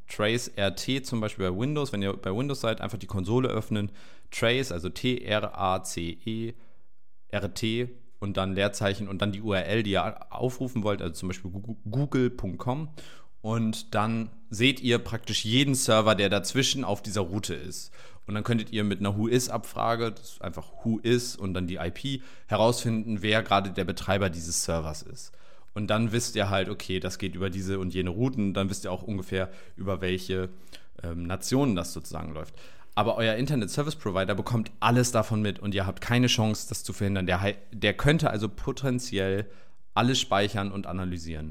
Trace R T zum Beispiel bei Windows, wenn ihr bei Windows seid, einfach die Konsole öffnen, Trace, also T R A C E R T und dann Leerzeichen und dann die U R L, die ihr aufrufen wollt, also zum Beispiel google punkt com, und dann seht ihr praktisch jeden Server, der dazwischen auf dieser Route ist. Und dann könntet ihr mit einer Whois-Abfrage, das ist einfach Whois und dann die I P, herausfinden, wer gerade der Betreiber dieses Servers ist. Und dann wisst ihr halt, okay, das geht über diese und jene Routen, dann wisst ihr auch ungefähr, über welche ähm, Nationen das sozusagen läuft. Aber euer Internet-Service-Provider bekommt alles davon mit und ihr habt keine Chance, das zu verhindern. Der, der könnte also potenziell alles speichern und analysieren.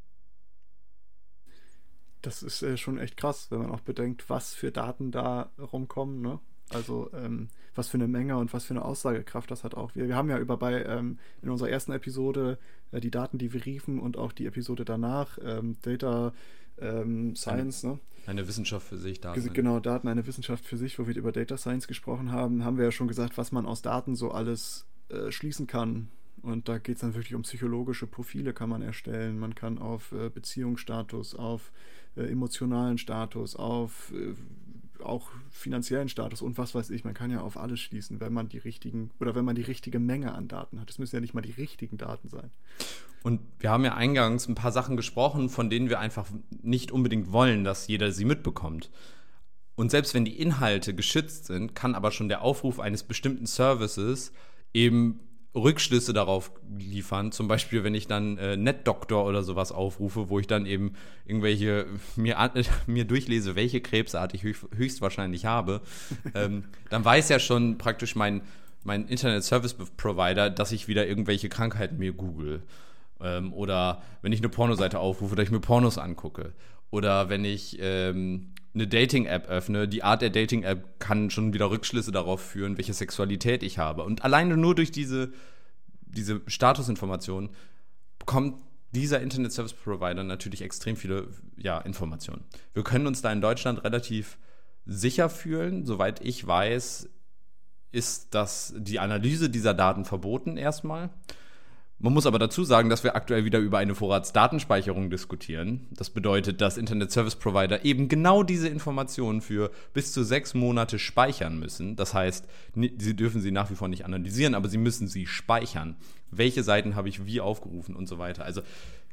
Das ist äh, schon echt krass, wenn man auch bedenkt, was für Daten da rumkommen, ne? Also ähm, was für eine Menge und was für eine Aussagekraft das hat auch. Wir, wir haben ja über bei ähm, in unserer ersten Episode äh, die Daten, die wir riefen und auch die Episode danach, ähm, Data ähm, Science, eine, ne? Eine Wissenschaft für sich, Daten. Genau, Daten, eine Wissenschaft für sich, wo wir über Data Science gesprochen haben, haben wir ja schon gesagt, was man aus Daten so alles äh, schließen kann. Und da geht es dann wirklich um psychologische Profile, kann man erstellen. Man kann auf äh, Beziehungsstatus, auf äh, emotionalen Status, auf äh, auch finanziellen Status und was weiß ich. Man kann ja auf alles schließen, wenn man die richtigen oder wenn man die richtige Menge an Daten hat. Es müssen ja nicht mal die richtigen Daten sein. Und wir haben ja eingangs ein paar Sachen gesprochen, von denen wir einfach nicht unbedingt wollen, dass jeder sie mitbekommt. Und selbst wenn die Inhalte geschützt sind, kann aber schon der Aufruf eines bestimmten Services eben Rückschlüsse darauf liefern. Zum Beispiel, wenn ich dann äh, NetDoctor oder sowas aufrufe, wo ich dann eben irgendwelche mir, äh, mir durchlese, welche Krebsart ich höch, höchstwahrscheinlich habe, ähm, dann weiß ja schon praktisch mein, mein Internet-Service-Provider, dass ich wieder irgendwelche Krankheiten mir google. Ähm, oder wenn ich eine Pornoseite aufrufe, dass ich mir Pornos angucke. Oder wenn ich ähm, eine Dating-App öffne, die Art der Dating-App kann schon wieder Rückschlüsse darauf führen, welche Sexualität ich habe. Und alleine nur durch diese, diese Statusinformationen bekommt dieser Internet-Service-Provider natürlich extrem viele ja, Informationen. Wir können uns da in Deutschland relativ sicher fühlen. Soweit ich weiß, ist das die Analyse dieser Daten verboten erstmal. Man muss aber dazu sagen, dass wir aktuell wieder über eine Vorratsdatenspeicherung diskutieren. Das bedeutet, dass Internet-Service-Provider eben genau diese Informationen für bis zu sechs Monate speichern müssen. Das heißt, sie dürfen sie nach wie vor nicht analysieren, aber sie müssen sie speichern. Welche Seiten habe ich wie aufgerufen und so weiter. Also,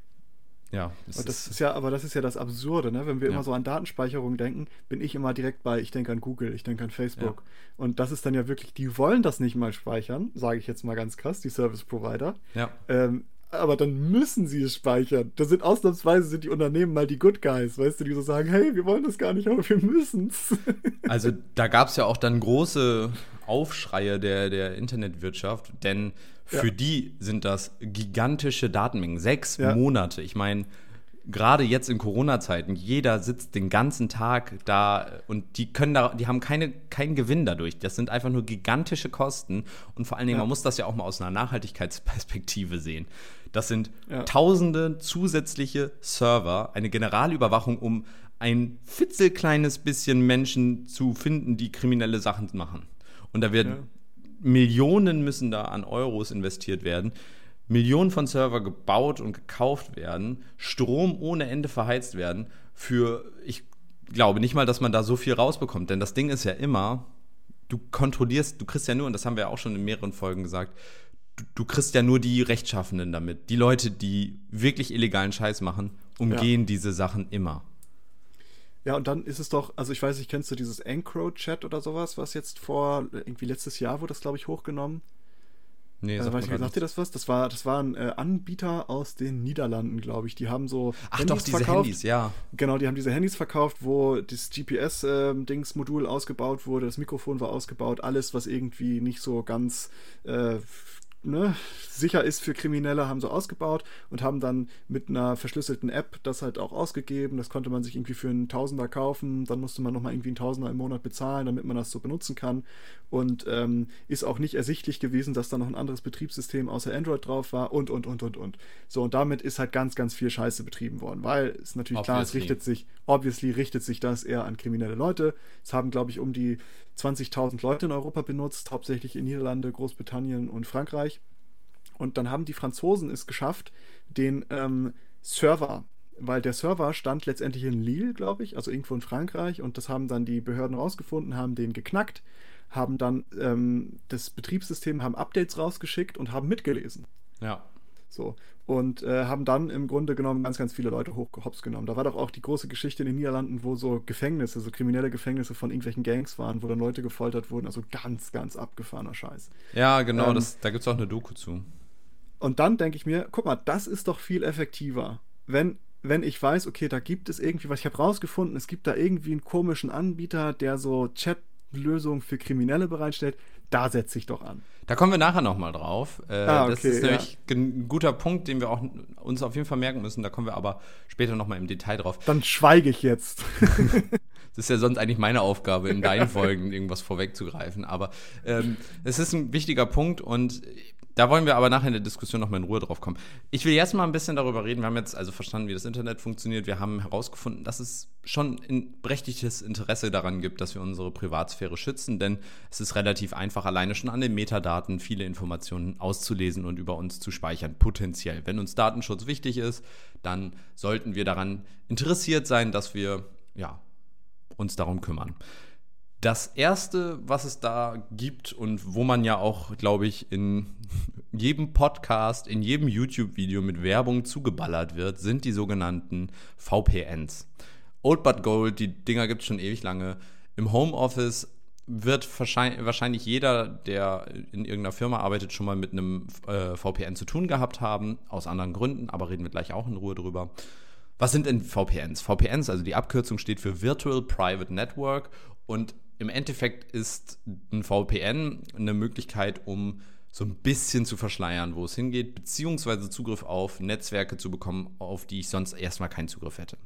ja. Das, das ist ja, aber das ist ja das Absurde, ne? Wenn wir ja. immer so an Datenspeicherung denken, bin ich immer direkt bei, ich denke an Google, ich denke an Facebook. Ja. Und das ist dann ja wirklich, die wollen das nicht mal speichern, sage ich jetzt mal ganz krass, die Service-Provider. Ja. Ähm, aber dann müssen sie es speichern. Das sind ausnahmsweise sind die Unternehmen mal die Good Guys, weißt du, die so sagen, hey, wir wollen das gar nicht, aber wir müssen es. Also da gab es ja auch dann große Aufschreie der, der Internetwirtschaft, denn für ja. die sind das gigantische Datenmengen. Sechs ja. Monate. Ich meine, gerade jetzt in Corona-Zeiten, jeder sitzt den ganzen Tag da und die können da, die haben keine, keinen Gewinn dadurch. Das sind einfach nur gigantische Kosten und vor allen Dingen, ja. man muss das ja auch mal aus einer Nachhaltigkeitsperspektive sehen. Das sind ja. tausende zusätzliche Server, eine Generalüberwachung, um ein fitzelkleines bisschen Menschen zu finden, die kriminelle Sachen machen. Und da werden ja. Millionen müssen da an Euros investiert werden. Millionen von Server gebaut und gekauft werden, Strom ohne Ende verheizt werden für, ich glaube nicht mal, dass man da so viel rausbekommt, denn das Ding ist ja immer, du kontrollierst, du kriegst ja nur, und das haben wir auch schon in mehreren Folgen gesagt, du, du kriegst ja nur die Rechtschaffenden damit. Die Leute, die wirklich illegalen Scheiß machen, umgehen ja. diese Sachen immer. Ja, und dann ist es doch, also ich weiß nicht, kennst du dieses EncroChat oder sowas, was jetzt vor, irgendwie letztes Jahr wurde das, glaube ich, hochgenommen? Nee, sag äh, weiß ich, sagt dir das was? Das war, das war ein äh, Anbieter aus den Niederlanden, glaube ich. Die haben so Ach Handys doch, diese verkauft. Handys, ja. Genau, die haben diese Handys verkauft, wo das G P S-Dings-Modul äh, ausgebaut wurde, das Mikrofon war ausgebaut, alles, was irgendwie nicht so ganz äh, ne, sicher ist für Kriminelle, haben so ausgebaut und haben dann mit einer verschlüsselten App das halt auch ausgegeben. Das konnte man sich irgendwie für einen Tausender kaufen, dann musste man nochmal irgendwie einen Tausender im Monat bezahlen, damit man das so benutzen kann. Und ähm, ist auch nicht ersichtlich gewesen, dass da noch ein anderes Betriebssystem außer Android drauf war und, und, und, und, und. So, und damit ist halt ganz, ganz viel Scheiße betrieben worden, weil es natürlich klar, es richtet sich, obviously richtet sich das eher an kriminelle Leute. Es haben, glaube ich, um die zwanzigtausend Leute in Europa benutzt, hauptsächlich in Niederlande, Großbritannien und Frankreich. Und dann haben die Franzosen es geschafft, den ähm, Server weil der Server stand letztendlich in Lille, glaube ich, also irgendwo in Frankreich, und das haben dann die Behörden rausgefunden, haben den geknackt, haben dann ähm, das Betriebssystem, haben Updates rausgeschickt und haben mitgelesen. Ja. So. Und äh, haben dann im Grunde genommen ganz, ganz viele Leute hops genommen. Da war doch auch die große Geschichte in den Niederlanden, wo so Gefängnisse, so kriminelle Gefängnisse von irgendwelchen Gangs waren, wo dann Leute gefoltert wurden. Also ganz, ganz abgefahrener Scheiß. Ja, genau, Ähm, das, da gibt es auch eine Doku zu. Und dann denke ich mir, guck mal, das ist doch viel effektiver, wenn, wenn ich weiß, okay, da gibt es irgendwie was. Ich habe rausgefunden, es gibt da irgendwie einen komischen Anbieter, der so Chat-Lösungen für Kriminelle bereitstellt. Da setze ich doch an. Da kommen wir nachher nochmal drauf. Äh, Ah, okay, das ist ja. nämlich ein guter Punkt, den wir auch uns auf jeden Fall merken müssen. Da kommen wir aber später nochmal im Detail drauf. Dann schweige ich jetzt. Das ist ja sonst eigentlich meine Aufgabe, in deinen Folgen irgendwas vorwegzugreifen. Aber ähm, es ist ein wichtiger Punkt und da wollen wir aber nachher in der Diskussion nochmal in Ruhe drauf kommen. Ich will jetzt mal ein bisschen darüber reden. Wir haben jetzt also verstanden, wie das Internet funktioniert. Wir haben herausgefunden, dass es schon ein berechtigtes Interesse daran gibt, dass wir unsere Privatsphäre schützen, denn es ist relativ einfach, alleine schon an den Metadaten viele Informationen auszulesen und über uns zu speichern, potenziell. Wenn uns Datenschutz wichtig ist, dann sollten wir daran interessiert sein, dass wir ja, uns darum kümmern. Das Erste, was es da gibt und wo man ja auch, glaube ich, in jedem Podcast, in jedem YouTube-Video mit Werbung zugeballert wird, sind die sogenannten V P Ns. Old but Gold, die Dinger gibt es schon ewig lange. Im Homeoffice wird wahrscheinlich, wahrscheinlich jeder, der in irgendeiner Firma arbeitet, schon mal mit einem äh, V P N zu tun gehabt haben, aus anderen Gründen, aber reden wir gleich auch in Ruhe drüber. Was sind denn V P Ns? V P Ns, also die Abkürzung steht für Virtual Private Network, und im Endeffekt ist ein V P N eine Möglichkeit, um so ein bisschen zu verschleiern, wo es hingeht, beziehungsweise Zugriff auf Netzwerke zu bekommen, auf die ich sonst erstmal keinen Zugriff hätte.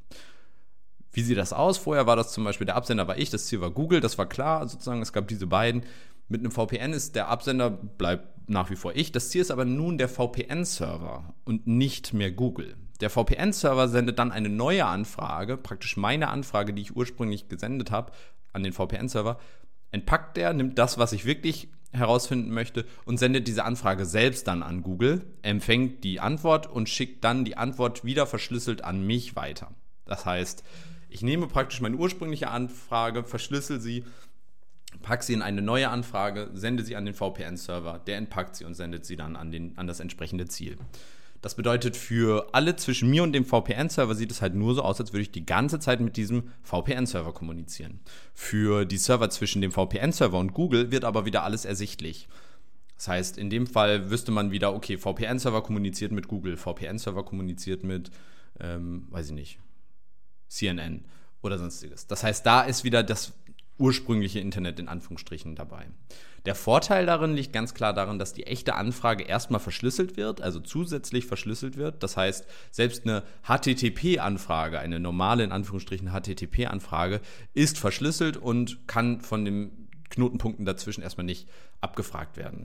Wie sieht das aus? Vorher war das zum Beispiel, der Absender war ich, das Ziel war Google, das war klar, sozusagen, es gab diese beiden. Mit einem V P N ist der Absender, bleibt nach wie vor ich. Das Ziel ist aber nun der V P N-Server und nicht mehr Google. Der V P N-Server sendet dann eine neue Anfrage, praktisch meine Anfrage, die ich ursprünglich gesendet habe, an den V P N-Server, entpackt der, nimmt das, was ich wirklich herausfinden möchte, und sendet diese Anfrage selbst dann an Google, empfängt die Antwort und schickt dann die Antwort wieder verschlüsselt an mich weiter. Das heißt, ich nehme praktisch meine ursprüngliche Anfrage, verschlüssel sie, packe sie in eine neue Anfrage, sende sie an den V P N-Server, der entpackt sie und sendet sie dann an, den, an das entsprechende Ziel. Das bedeutet, für alle zwischen mir und dem V P N-Server sieht es halt nur so aus, als würde ich die ganze Zeit mit diesem V P N-Server kommunizieren. Für die Server zwischen dem V P N-Server und Google wird aber wieder alles ersichtlich. Das heißt, in dem Fall wüsste man wieder, okay, V P N-Server kommuniziert mit Google, V P N-Server kommuniziert mit, ähm, weiß ich nicht, C N N oder sonstiges. Das heißt, da ist wieder das ursprüngliche Internet in Anführungsstrichen dabei. Der Vorteil darin liegt ganz klar darin, dass die echte Anfrage erstmal verschlüsselt wird, also zusätzlich verschlüsselt wird. Das heißt, selbst eine H T T P-Anfrage, eine normale in Anführungsstrichen H T T P-Anfrage, ist verschlüsselt und kann von den Knotenpunkten dazwischen erstmal nicht abgefragt werden.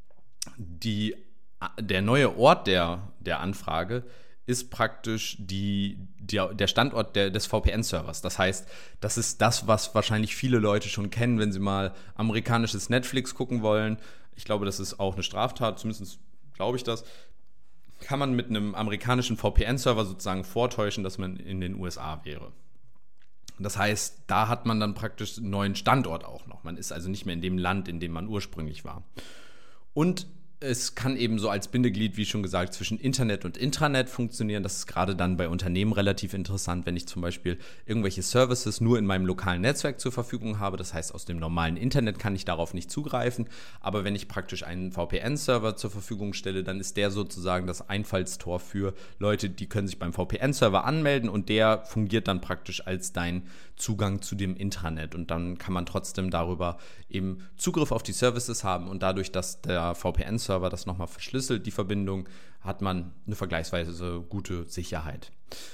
Die, der neue Ort der, der Anfrage ist praktisch die, der, der Standort der, des V P N-Servers. Das heißt, das ist das, was wahrscheinlich viele Leute schon kennen, wenn sie mal amerikanisches Netflix gucken wollen. Ich glaube, das ist auch eine Straftat, zumindest glaube ich das. Kann man mit einem amerikanischen V P N-Server sozusagen vortäuschen, dass man in den U S A wäre. Das heißt, da hat man dann praktisch einen neuen Standort auch noch. Man ist also nicht mehr in dem Land, in dem man ursprünglich war. Und es kann eben so als Bindeglied, wie schon gesagt, zwischen Internet und Intranet funktionieren. Das ist gerade dann bei Unternehmen relativ interessant, wenn ich zum Beispiel irgendwelche Services nur in meinem lokalen Netzwerk zur Verfügung habe. Das heißt, aus dem normalen Internet kann ich darauf nicht zugreifen. Aber wenn ich praktisch einen V P N-Server zur Verfügung stelle, dann ist der sozusagen das Einfallstor für Leute, die können sich beim V P N-Server anmelden, und der fungiert dann praktisch als dein Zugang zu dem Intranet. Und dann kann man trotzdem darüber eben Zugriff auf die Services haben, und dadurch, dass der V P N-Server Server das nochmal verschlüsselt, die Verbindung, hat man eine vergleichsweise gute Sicherheit.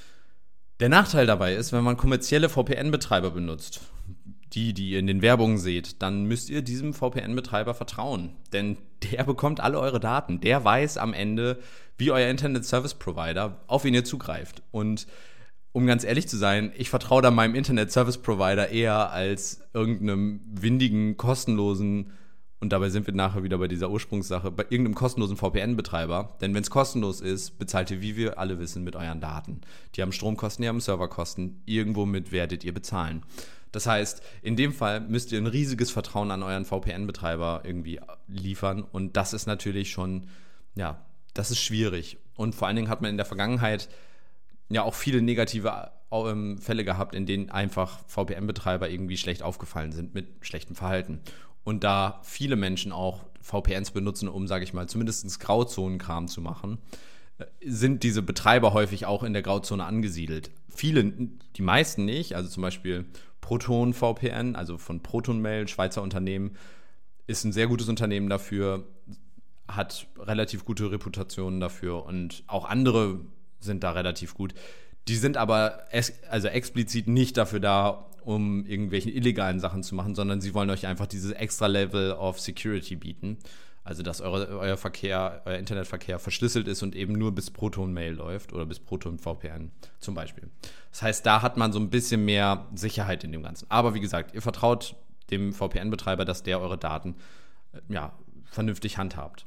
Der Nachteil dabei ist, wenn man kommerzielle V P N-Betreiber benutzt, die, die ihr in den Werbungen seht, dann müsst ihr diesem V P N-Betreiber vertrauen, denn der bekommt alle eure Daten. Der weiß am Ende, wie euer Internet-Service-Provider, auf wen ihr zugreift. Und um ganz ehrlich zu sein, ich vertraue da meinem Internet-Service-Provider eher als irgendeinem windigen, kostenlosen Und dabei sind wir nachher wieder bei dieser Ursprungssache, bei irgendeinem kostenlosen V P N-Betreiber. Denn wenn es kostenlos ist, bezahlt ihr, wie wir alle wissen, mit euren Daten. Die haben Stromkosten, die haben Serverkosten. Irgendwo mit werdet ihr bezahlen. Das heißt, in dem Fall müsst ihr ein riesiges Vertrauen an euren V P N-Betreiber irgendwie liefern. Und das ist natürlich schon, ja, das ist schwierig. Und vor allen Dingen hat man in der Vergangenheit ja auch viele negative ähm, Fälle gehabt, in denen einfach V P N-Betreiber irgendwie schlecht aufgefallen sind mit schlechtem Verhalten. Und da viele Menschen auch V P Ns benutzen, um, sage ich mal, zumindest Grauzonenkram zu machen, sind diese Betreiber häufig auch in der Grauzone angesiedelt. Viele, die meisten nicht, also zum Beispiel Proton V P N, also von ProtonMail, Schweizer Unternehmen, ist ein sehr gutes Unternehmen dafür, hat relativ gute Reputationen dafür und auch andere sind da relativ gut. Die sind aber es, also explizit nicht dafür da, um irgendwelche illegalen Sachen zu machen, sondern sie wollen euch einfach dieses extra Level of Security bieten. Also, dass eure, euer Verkehr, euer Internetverkehr verschlüsselt ist und eben nur bis Proton-Mail läuft oder bis Proton-V P N zum Beispiel. Das heißt, da hat man so ein bisschen mehr Sicherheit in dem Ganzen. Aber wie gesagt, ihr vertraut dem V P N-Betreiber, dass der eure Daten ja, vernünftig handhabt.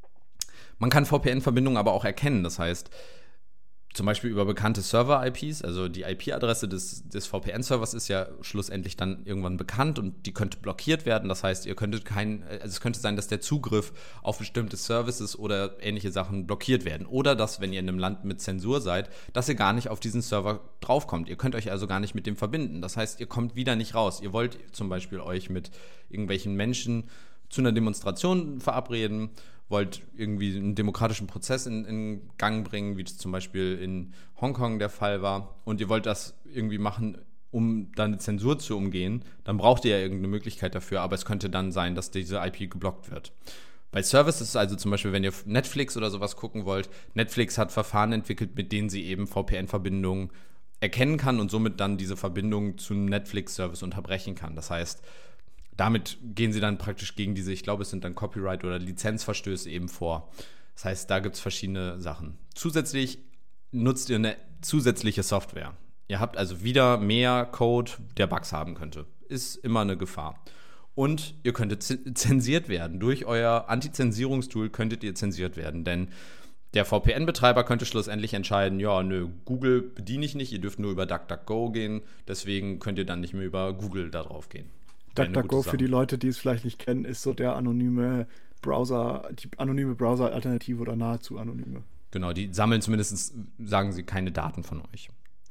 Man kann V P N-Verbindungen aber auch erkennen. Das heißt, zum Beispiel über bekannte Server-I Ps, also die I P-Adresse des, des V P N-Servers ist ja schlussendlich dann irgendwann bekannt und die könnte blockiert werden. Das heißt, ihr könntet kein, also es könnte sein, dass der Zugriff auf bestimmte Services oder ähnliche Sachen blockiert werden. Oder dass, wenn ihr in einem Land mit Zensur seid, dass ihr gar nicht auf diesen Server draufkommt. Ihr könnt euch also gar nicht mit dem verbinden. Das heißt, ihr kommt wieder nicht raus. Ihr wollt zum Beispiel euch mit irgendwelchen Menschen zu einer Demonstration verabreden, wollt irgendwie einen demokratischen Prozess in, in Gang bringen, wie das zum Beispiel in Hongkong der Fall war, und ihr wollt das irgendwie machen, um dann eine Zensur zu umgehen, dann braucht ihr ja irgendeine Möglichkeit dafür, aber es könnte dann sein, dass diese I P geblockt wird. Bei Services, also zum Beispiel, wenn ihr Netflix oder sowas gucken wollt, Netflix hat Verfahren entwickelt, mit denen sie eben V P N-Verbindungen erkennen kann und somit dann diese Verbindung zum Netflix-Service unterbrechen kann. Das heißt, damit gehen sie dann praktisch gegen diese, ich glaube, es sind dann Copyright- oder Lizenzverstöße eben vor. Das heißt, da gibt es verschiedene Sachen. Zusätzlich nutzt ihr eine zusätzliche Software. Ihr habt also wieder mehr Code, der Bugs haben könnte. Ist immer eine Gefahr. Und ihr könntet zensiert werden. Durch euer Antizensierungstool könntet ihr zensiert werden, denn der V P N-Betreiber könnte schlussendlich entscheiden, ja, nö, Google bediene ich nicht, ihr dürft nur über DuckDuckGo gehen, deswegen könnt ihr dann nicht mehr über Google da drauf gehen. DuckDuckGo, für die Leute, die es vielleicht nicht kennen, ist so der anonyme Browser, die anonyme Browser-Alternative oder nahezu anonyme. Genau, die sammeln zumindest, sagen sie, keine Daten von euch.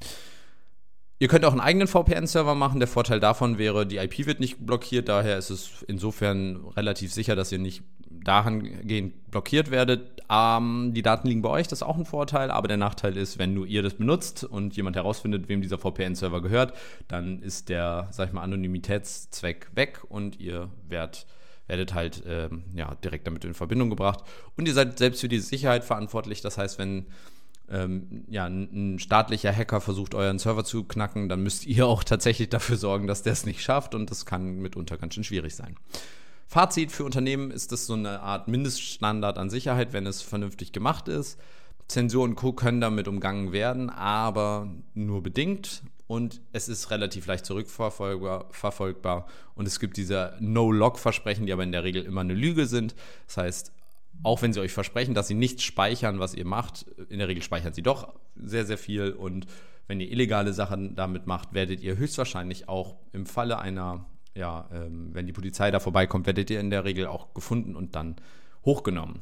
Ihr könnt auch einen eigenen V P N-Server machen. Der Vorteil davon wäre, die I P wird nicht blockiert. Daher ist es insofern relativ sicher, dass ihr nicht dahingehend blockiert werdet. Ähm, die Daten liegen bei euch, das ist auch ein Vorteil. Aber der Nachteil ist, wenn nur ihr das benutzt und jemand herausfindet, wem dieser V P N-Server gehört, dann ist der, sag ich mal, Anonymitätszweck weg und ihr werdet, werdet halt ähm, ja, direkt damit in Verbindung gebracht. Und ihr seid selbst für die Sicherheit verantwortlich. Das heißt, wenn Ähm, ja, ein, ein staatlicher Hacker versucht, euren Server zu knacken, dann müsst ihr auch tatsächlich dafür sorgen, dass der es nicht schafft, und das kann mitunter ganz schön schwierig sein. Fazit: Für Unternehmen ist das so eine Art Mindeststandard an Sicherheit, wenn es vernünftig gemacht ist. Zensur und Co. können damit umgangen werden, aber nur bedingt, und es ist relativ leicht zurückverfolgbar verfolgbar. Und es gibt diese No-Log-Versprechen, die aber in der Regel immer eine Lüge sind. Das heißt, auch wenn sie euch versprechen, dass sie nichts speichern, was ihr macht, in der Regel speichern sie doch sehr, sehr viel. Und wenn ihr illegale Sachen damit macht, werdet ihr höchstwahrscheinlich auch im Falle einer, ja, ähm, wenn die Polizei da vorbeikommt, werdet ihr in der Regel auch gefunden und dann hochgenommen.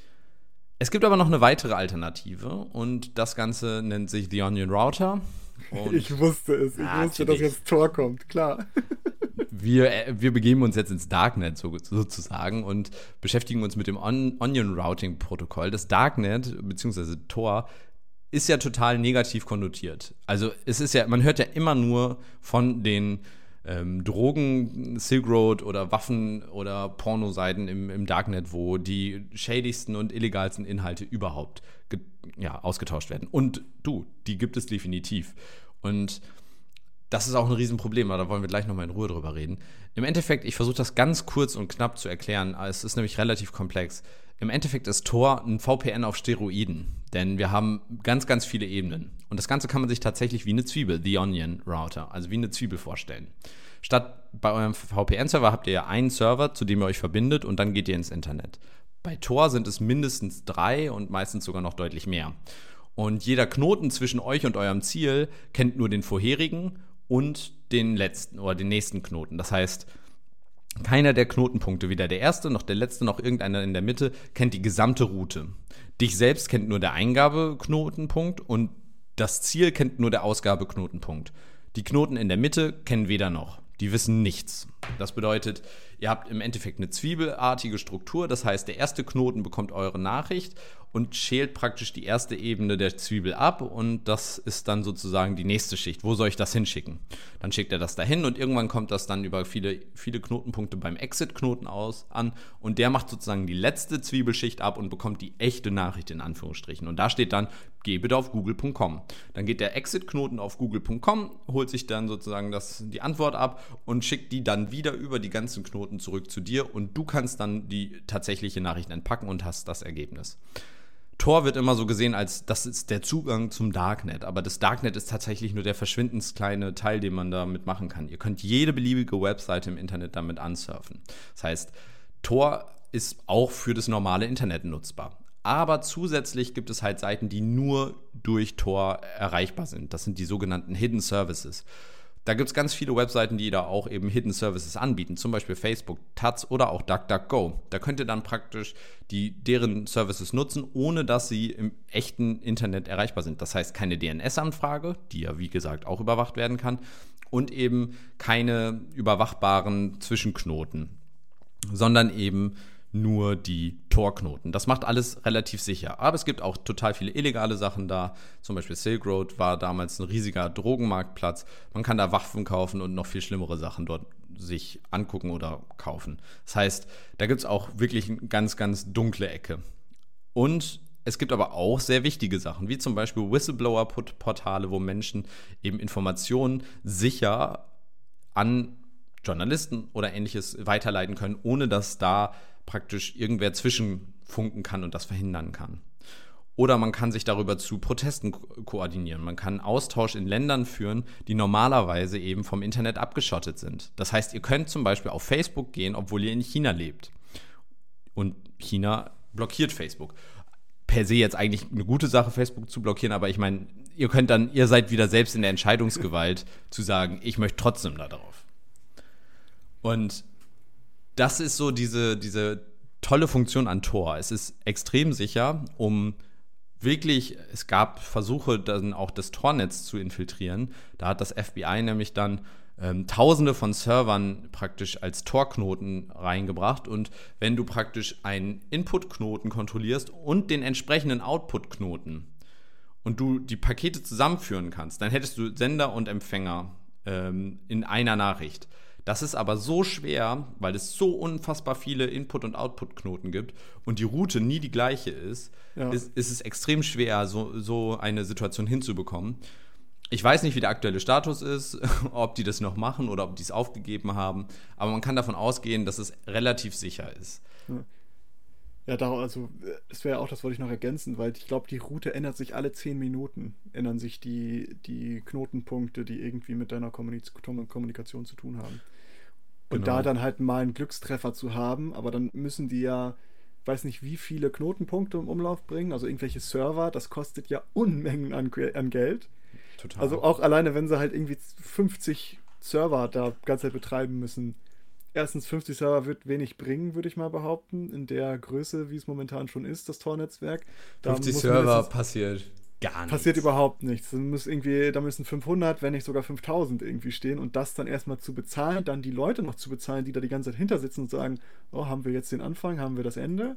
Es gibt aber noch eine weitere Alternative, und das Ganze nennt sich The Onion Router. Und ich wusste es, ich ah, wusste, dass jetzt Tor kommt, klar. Wir, wir begeben uns jetzt ins Darknet so, sozusagen und beschäftigen uns mit dem On- Onion-Routing-Protokoll. Das Darknet bzw. Tor ist ja total negativ konnotiert. Also es ist ja, man hört ja immer nur von den ähm, Drogen, Silk Road oder Waffen oder Pornoseiten im, im Darknet, wo die schädigsten und illegalsten Inhalte überhaupt ge- ja, ausgetauscht werden. Und du, die gibt es definitiv. Und das ist auch ein Riesenproblem, aber da wollen wir gleich nochmal in Ruhe drüber reden. Im Endeffekt, ich versuche das ganz kurz und knapp zu erklären, es ist nämlich relativ komplex. Im Endeffekt ist Tor ein V P N auf Steroiden, denn wir haben ganz, ganz viele Ebenen. Und das Ganze kann man sich tatsächlich wie eine Zwiebel, The Onion Router, also wie eine Zwiebel vorstellen. Statt bei eurem V P N-Server habt ihr ja einen Server, zu dem ihr euch verbindet und dann geht ihr ins Internet. Bei Tor sind es mindestens drei und meistens sogar noch deutlich mehr. Und jeder Knoten zwischen euch und eurem Ziel kennt nur den vorherigen und den letzten oder den nächsten Knoten. Das heißt, keiner der Knotenpunkte, weder der erste noch der letzte noch irgendeiner in der Mitte, kennt die gesamte Route. Dich selbst kennt nur der Eingabeknotenpunkt und das Ziel kennt nur der Ausgabeknotenpunkt. Die Knoten in der Mitte kennen weder noch. Die wissen nichts. Das bedeutet, ihr habt im Endeffekt eine zwiebelartige Struktur. Das heißt, der erste Knoten bekommt eure Nachricht und schält praktisch die erste Ebene der Zwiebel ab und das ist dann sozusagen die nächste Schicht. Wo soll ich das hinschicken? Dann schickt er das dahin und irgendwann kommt das dann über viele, viele Knotenpunkte beim Exit-Knoten aus an und der macht sozusagen die letzte Zwiebelschicht ab und bekommt die echte Nachricht in Anführungsstrichen. Und da steht dann, geh bitte auf google punkt com. Dann geht der Exit-Knoten auf google punkt com, holt sich dann sozusagen das, die Antwort ab und schickt die dann wieder über die ganzen Knoten zurück zu dir und du kannst dann die tatsächliche Nachricht entpacken und hast das Ergebnis. Tor wird immer so gesehen als, das ist der Zugang zum Darknet, aber das Darknet ist tatsächlich nur der verschwindend kleine Teil, den man damit machen kann. Ihr könnt jede beliebige Webseite im Internet damit ansurfen. Das heißt, Tor ist auch für das normale Internet nutzbar. Aber zusätzlich gibt es halt Seiten, die nur durch Tor erreichbar sind. Das sind die sogenannten Hidden Services. Da gibt es ganz viele Webseiten, die da auch eben Hidden Services anbieten, zum Beispiel Facebook, Taz oder auch DuckDuckGo. Da könnt ihr dann praktisch die, deren Services nutzen, ohne dass sie im echten Internet erreichbar sind. Das heißt keine D N S-Anfrage, die ja wie gesagt auch überwacht werden kann, und eben keine überwachbaren Zwischenknoten, sondern eben nur die Tor-Knoten. Das macht alles relativ sicher. Aber es gibt auch total viele illegale Sachen da. Zum Beispiel Silk Road war damals ein riesiger Drogenmarktplatz. Man kann da Waffen kaufen und noch viel schlimmere Sachen dort sich angucken oder kaufen. Das heißt, da gibt es auch wirklich eine ganz, ganz dunkle Ecke. Und es gibt aber auch sehr wichtige Sachen, wie zum Beispiel Whistleblower-Portale, wo Menschen eben Informationen sicher an Journalisten oder Ähnliches weiterleiten können, ohne dass da praktisch irgendwer zwischenfunken kann und das verhindern kann. Oder man kann sich darüber zu Protesten ko- koordinieren. Man kann Austausch in Ländern führen, die normalerweise eben vom Internet abgeschottet sind. Das heißt, ihr könnt zum Beispiel auf Facebook gehen, obwohl ihr in China lebt. Und China blockiert Facebook. Per se jetzt eigentlich eine gute Sache, Facebook zu blockieren, aber ich meine, ihr könnt dann, ihr seid wieder selbst in der Entscheidungsgewalt zu sagen, ich möchte trotzdem da drauf. Und das ist so diese, diese tolle Funktion an Tor. Es ist extrem sicher, um wirklich, es gab Versuche, dann auch das Tornetz zu infiltrieren. Da hat das F B I nämlich dann ähm, Tausende von Servern praktisch als Torknoten reingebracht. Und wenn du praktisch einen Input-Knoten kontrollierst und den entsprechenden Output-Knoten und du die Pakete zusammenführen kannst, dann hättest du Sender und Empfänger ähm, in einer Nachricht. Das ist aber so schwer, weil es so unfassbar viele Input- und Output-Knoten gibt und die Route nie die gleiche ist, ja. ist, ist es extrem schwer, so, so eine Situation hinzubekommen. Ich weiß nicht, wie der aktuelle Status ist, ob die das noch machen oder ob die es aufgegeben haben, aber man kann davon ausgehen, dass es relativ sicher ist. Ja. Ja, da, also es wäre auch, das wollte ich noch ergänzen, weil ich glaube, die Route ändert sich alle zehn Minuten, ändern sich die, die Knotenpunkte, die irgendwie mit deiner Kommunik- Kommunikation zu tun haben. Und genau. Da dann halt mal einen Glückstreffer zu haben, aber dann müssen die ja, weiß nicht, wie viele Knotenpunkte im Umlauf bringen, also irgendwelche Server, das kostet ja Unmengen an, an Geld. Total. Also auch alleine, wenn sie halt irgendwie fünfzig Server da die ganze Zeit betreiben müssen. Erstens, fünfzig Server wird wenig bringen, würde ich mal behaupten, in der Größe, wie es momentan schon ist, das Tor-Netzwerk. fünfzig Server passiert gar nichts. Passiert überhaupt nichts. Da müssen, irgendwie, da müssen fünfhundert, wenn nicht sogar fünftausend irgendwie stehen und das dann erstmal zu bezahlen, dann die Leute noch zu bezahlen, die da die ganze Zeit hinter sitzen und sagen, oh, haben wir jetzt den Anfang, haben wir das Ende?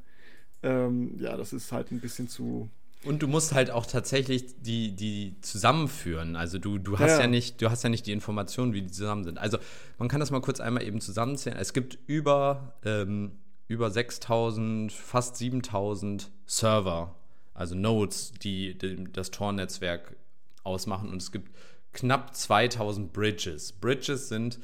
Ähm, ja, das ist halt ein bisschen zu... Und du musst halt auch tatsächlich die, die zusammenführen. Also du, du hast ja. ja nicht, du hast ja nicht die Informationen, wie die zusammen sind. Also man kann das mal kurz einmal eben zusammenzählen. Es gibt über, ähm, über sechstausend, fast siebentausend Server, also Nodes, die, die das Tor-Netzwerk ausmachen. Und es gibt knapp zweitausend Bridges. Bridges sind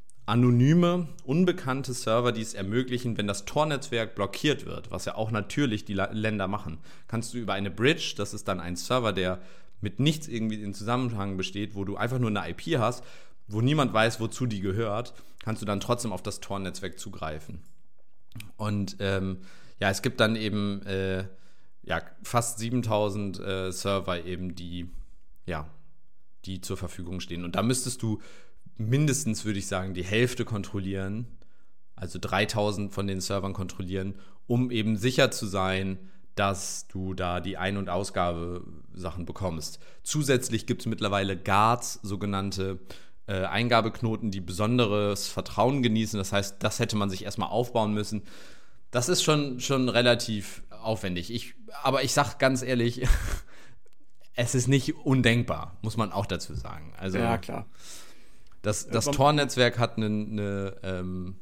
anonyme, unbekannte Server, die es ermöglichen, wenn das Tor-Netzwerk blockiert wird, was ja auch natürlich die La- Länder machen, kannst du über eine Bridge, das ist dann ein Server, der mit nichts irgendwie in Zusammenhang besteht, wo du einfach nur eine I P hast, wo niemand weiß, wozu die gehört, kannst du dann trotzdem auf das Tor-Netzwerk zugreifen. Und ähm, ja, es gibt dann eben äh, ja, fast siebentausend äh, Server eben, die, ja, die zur Verfügung stehen. Und da müsstest du mindestens, würde ich sagen, die Hälfte kontrollieren, also dreitausend von den Servern kontrollieren, um eben sicher zu sein, dass du da die Ein- und Ausgabesachen bekommst. Zusätzlich gibt es mittlerweile Guards, sogenannte äh, Eingabeknoten, die besonderes Vertrauen genießen. Das heißt, das hätte man sich erstmal aufbauen müssen. Das ist schon, schon relativ aufwendig. Ich, aber ich sag ganz ehrlich, es ist nicht undenkbar, muss man auch dazu sagen. Also, ja, klar. Das, das Tor-Netzwerk hat eine, eine, ähm,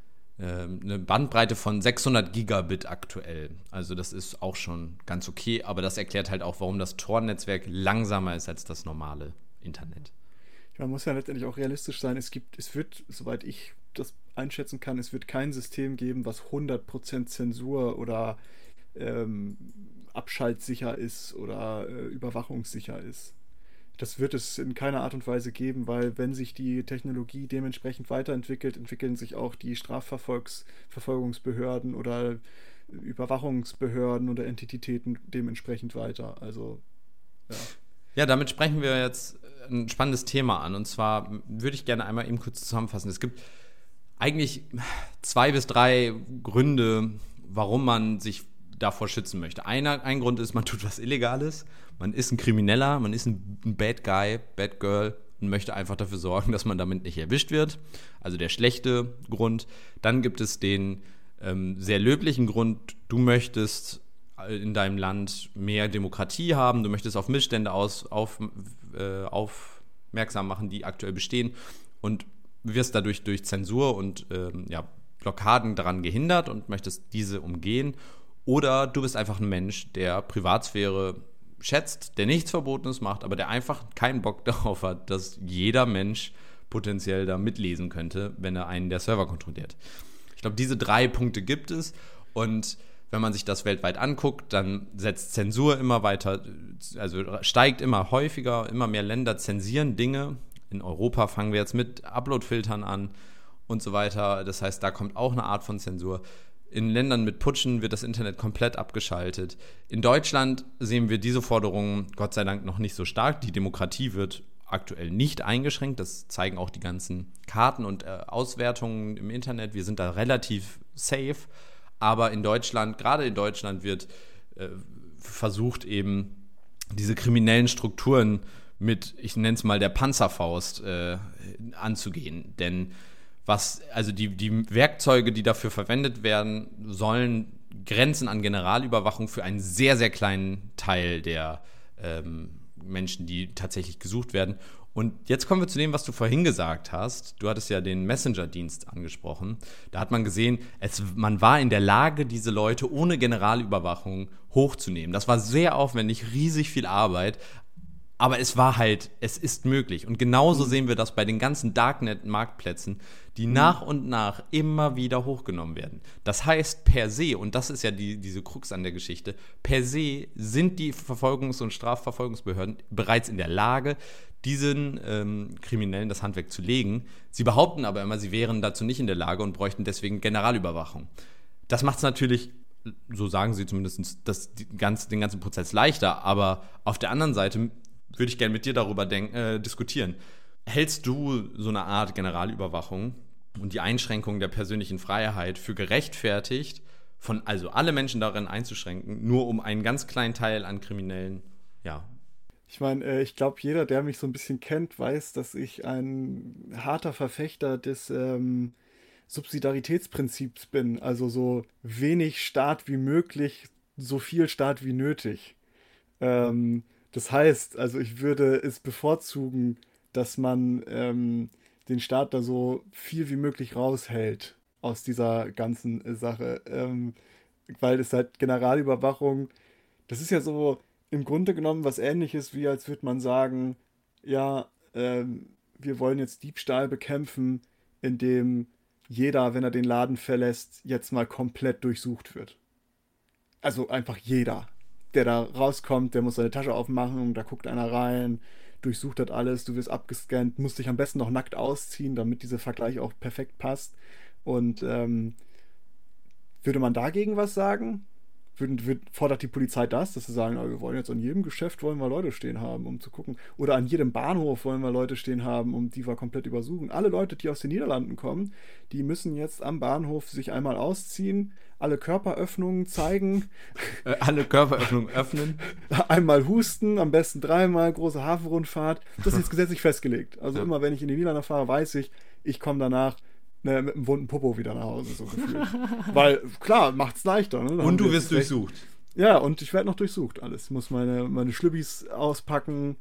eine Bandbreite von sechshundert Gigabit aktuell. Also das ist auch schon ganz okay, aber das erklärt halt auch, warum das Tor-Netzwerk langsamer ist als das normale Internet. Man muss ja letztendlich auch realistisch sein. Es gibt, es wird, soweit ich das einschätzen kann, es wird kein System geben, was hundert Prozent Zensur oder ähm, abschaltsicher ist oder äh, überwachungssicher ist. Das wird es in keiner Art und Weise geben, weil wenn sich die Technologie dementsprechend weiterentwickelt, entwickeln sich auch die Strafverfolgungsbehörden oder Überwachungsbehörden oder Entitäten dementsprechend weiter. Also, ja. Ja, damit sprechen wir jetzt ein spannendes Thema an. Und zwar würde ich gerne einmal eben kurz zusammenfassen. Es gibt eigentlich zwei bis drei Gründe, warum man sich davor schützen möchte. Einer, ein Grund ist, man tut was Illegales, man ist ein Krimineller, man ist ein, ein Bad Guy, Bad Girl und möchte einfach dafür sorgen, dass man damit nicht erwischt wird. Also der schlechte Grund. Dann gibt es den ähm, sehr löblichen Grund, du möchtest in deinem Land mehr Demokratie haben, du möchtest auf Missstände aus, auf, äh, aufmerksam machen, die aktuell bestehen und wirst dadurch durch Zensur und ähm, ja, Blockaden daran gehindert und möchtest diese umgehen. Oder du bist einfach ein Mensch, der Privatsphäre schätzt, der nichts Verbotenes macht, aber der einfach keinen Bock darauf hat, dass jeder Mensch potenziell da mitlesen könnte, wenn er einen der Server kontrolliert. Ich glaube, diese drei Punkte gibt es und wenn man sich das weltweit anguckt, dann setzt Zensur immer weiter, also steigt immer häufiger, immer mehr Länder zensieren Dinge. In Europa fangen wir jetzt mit Upload-Filtern an und so weiter. Das heißt, da kommt auch eine Art von Zensur. In Ländern mit Putschen wird das Internet komplett abgeschaltet. In Deutschland sehen wir diese Forderungen Gott sei Dank noch nicht so stark. Die Demokratie wird aktuell nicht eingeschränkt. Das zeigen auch die ganzen Karten und äh, Auswertungen im Internet. Wir sind da relativ safe. Aber in Deutschland, gerade in Deutschland wird äh, versucht eben diese kriminellen Strukturen mit, ich nenne es mal der Panzerfaust, äh, anzugehen. Denn was, also die, die Werkzeuge, die dafür verwendet werden, sollen Grenzen an Generalüberwachung für einen sehr, sehr kleinen Teil der ähm, Menschen, die tatsächlich gesucht werden. Und jetzt kommen wir zu dem, was du vorhin gesagt hast. Du hattest ja den Messenger-Dienst angesprochen. Da hat man gesehen, es, man war in der Lage, diese Leute ohne Generalüberwachung hochzunehmen. Das war sehr aufwendig, riesig viel Arbeit. Aber es war halt, es ist möglich. Und genauso mhm. sehen wir das bei den ganzen Darknet-Marktplätzen, die mhm. nach und nach immer wieder hochgenommen werden. Das heißt per se, und das ist ja die, diese Krux an der Geschichte, per se sind die Verfolgungs- und Strafverfolgungsbehörden bereits in der Lage, diesen ähm, Kriminellen das Handwerk zu legen. Sie behaupten aber immer, sie wären dazu nicht in der Lage und bräuchten deswegen Generalüberwachung. Das macht es natürlich, so sagen sie zumindest, das, die ganz, den ganzen Prozess leichter. Aber auf der anderen Seite würde ich gerne mit dir darüber denk, äh, diskutieren. Hältst du so eine Art Generalüberwachung und die Einschränkung der persönlichen Freiheit für gerechtfertigt, von also alle Menschen darin einzuschränken, nur um einen ganz kleinen Teil an Kriminellen, ja? Ich meine, äh, ich glaube, jeder, der mich so ein bisschen kennt, weiß, dass ich ein harter Verfechter des ähm, Subsidiaritätsprinzips bin. Also so wenig Staat wie möglich, so viel Staat wie nötig. Ähm, Das heißt, also ich würde es bevorzugen, dass man ähm, den Staat da so viel wie möglich raushält aus dieser ganzen äh, Sache. Ähm, weil es halt Generalüberwachung, das ist ja so im Grunde genommen was Ähnliches, wie als würde man sagen, ja, ähm, wir wollen jetzt Diebstahl bekämpfen, indem jeder, wenn er den Laden verlässt, jetzt mal komplett durchsucht wird. Also einfach jeder. Der da rauskommt, der muss seine Tasche aufmachen und da guckt einer rein, durchsucht das alles, du wirst abgescannt, musst dich am besten noch nackt ausziehen, damit dieser Vergleich auch perfekt passt. Und ähm, würde man dagegen was sagen? Würden, würd, fordert die Polizei das, dass sie sagen, oh, wir wollen jetzt an jedem Geschäft wollen wir Leute stehen haben, um zu gucken. Oder an jedem Bahnhof wollen wir Leute stehen haben, um die wir komplett übersuchen. Alle Leute, die aus den Niederlanden kommen, die müssen jetzt am Bahnhof sich einmal ausziehen, alle Körperöffnungen zeigen. Äh, alle Körperöffnungen öffnen. Einmal husten, am besten dreimal, große Hafenrundfahrt. Das ist jetzt gesetzlich festgelegt. Also ja. immer, wenn ich in die Niederlande fahre, weiß ich, ich komme danach Ne, mit einem wunden Popo wieder nach Hause, so gefühlt. Weil, klar, macht's leichter. Ne? Und du wirst durchsucht. Ja, und ich werde noch durchsucht, alles. Ich muss meine, meine Schlübbis auspacken,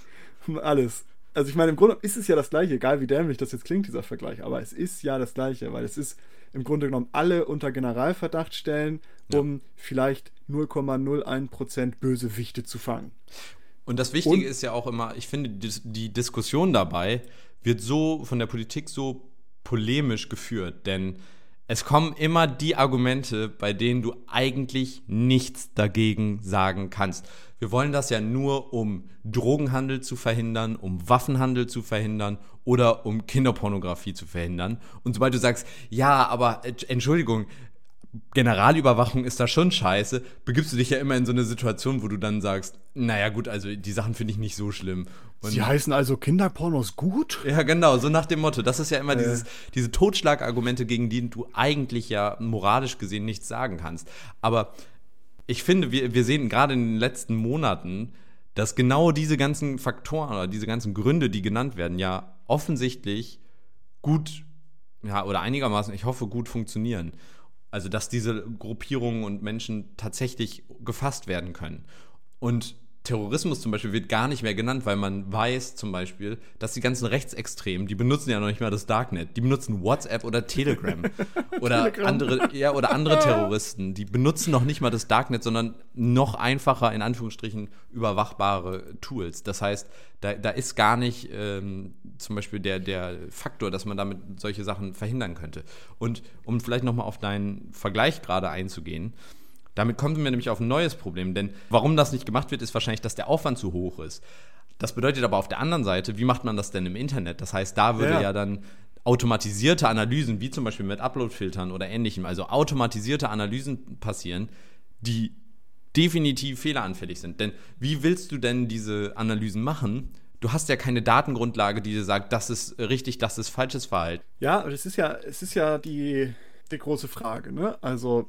alles. Also ich meine, im Grunde ist es ja das Gleiche, egal wie dämlich das jetzt klingt, dieser Vergleich, aber es ist ja das Gleiche, weil es ist im Grunde genommen alle unter Generalverdacht stellen, um ja. vielleicht null Komma null eins Prozent Bösewichte zu fangen. Und das Wichtige und, ist ja auch immer, ich finde, die, die Diskussion dabei wird so von der Politik so polemisch geführt, denn es kommen immer die Argumente, bei denen du eigentlich nichts dagegen sagen kannst. Wir wollen das ja nur, um Drogenhandel zu verhindern, um Waffenhandel zu verhindern oder um Kinderpornografie zu verhindern. Und sobald du sagst, ja, aber Entschuldigung, Generalüberwachung ist da schon scheiße, begibst du dich ja immer in so eine Situation, wo du dann sagst, naja gut, also die Sachen finde ich nicht so schlimm. Und Sie heißen also Kinderpornos gut? Ja, genau, so nach dem Motto. Das ist ja immer äh. dieses, diese Totschlagargumente, gegen die du eigentlich ja moralisch gesehen nichts sagen kannst. Aber ich finde, wir, wir sehen gerade in den letzten Monaten, dass genau diese ganzen Faktoren oder diese ganzen Gründe, die genannt werden, ja offensichtlich gut, ja, oder einigermaßen, ich hoffe, gut funktionieren. Also, dass diese Gruppierungen und Menschen tatsächlich gefasst werden können. Und Terrorismus zum Beispiel wird gar nicht mehr genannt, weil man weiß zum Beispiel, dass die ganzen Rechtsextremen, die benutzen ja noch nicht mal das Darknet, die benutzen WhatsApp oder Telegram oder Telegram. andere, ja, oder andere Terroristen, die benutzen noch nicht mal das Darknet, sondern noch einfacher, in Anführungsstrichen, überwachbare Tools. Das heißt, da, da ist gar nicht ähm, zum Beispiel der, der Faktor, dass man damit solche Sachen verhindern könnte. Und um vielleicht nochmal auf deinen Vergleich gerade einzugehen, damit kommen wir nämlich auf ein neues Problem, denn warum das nicht gemacht wird, ist wahrscheinlich, dass der Aufwand zu hoch ist. Das bedeutet aber auf der anderen Seite, wie macht man das denn im Internet? Das heißt, da würde ja, ja dann automatisierte Analysen, wie zum Beispiel mit Upload-Filtern oder ähnlichem, also automatisierte Analysen passieren, die definitiv fehleranfällig sind. Denn wie willst du denn diese Analysen machen? Du hast ja keine Datengrundlage, die dir sagt, das ist richtig, das ist falsches Verhalten. Ja, und es ist ja, es ist ja die, die große Frage, ne? Also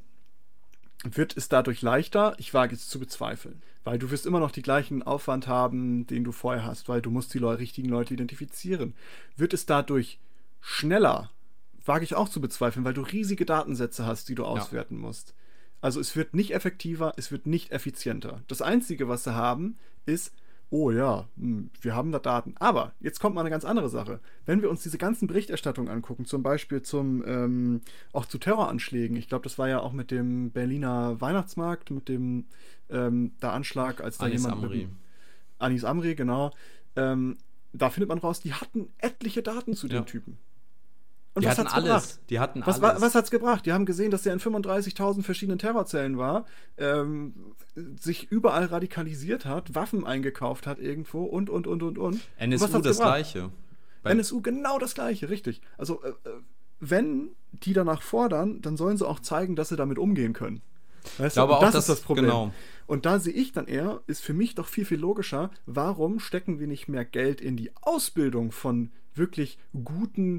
wird es dadurch leichter? Ich wage es zu bezweifeln. Weil du wirst immer noch den gleichen Aufwand haben, den du vorher hast, weil du musst die Leute, richtigen Leute identifizieren. Wird es dadurch schneller? Wage ich auch zu bezweifeln, weil du riesige Datensätze hast, die du auswerten ja. musst. Also es wird nicht effektiver, es wird nicht effizienter. Das Einzige, was sie haben, ist, oh ja, wir haben da Daten. Aber jetzt kommt mal eine ganz andere Sache. Wenn wir uns diese ganzen Berichterstattungen angucken, zum Beispiel zum ähm, auch zu Terroranschlägen, ich glaube, das war ja auch mit dem Berliner Weihnachtsmarkt, mit dem ähm, da Anschlag, als da Anis jemand Amri. Mit, Anis Amri, genau. Ähm, da findet man raus, die hatten etliche Daten zu den ja. Typen. Und die was hatten hat's alles. gebracht? Die hatten was, alles. Was hat's gebracht? Die haben gesehen, dass er in fünfunddreißigtausend verschiedenen Terrorzellen war, ähm, sich überall radikalisiert hat, Waffen eingekauft hat irgendwo und, und, und, und, und. N S U und was das gebracht? Gleiche. N S U genau das Gleiche, richtig. Also, äh, wenn die danach fordern, dann sollen sie auch zeigen, dass sie damit umgehen können. Weißt ich glaube du? auch, das das ist das Problem. Genau. Und da sehe ich dann eher, ist für mich doch viel, viel logischer, warum stecken wir nicht mehr Geld in die Ausbildung von wirklich guten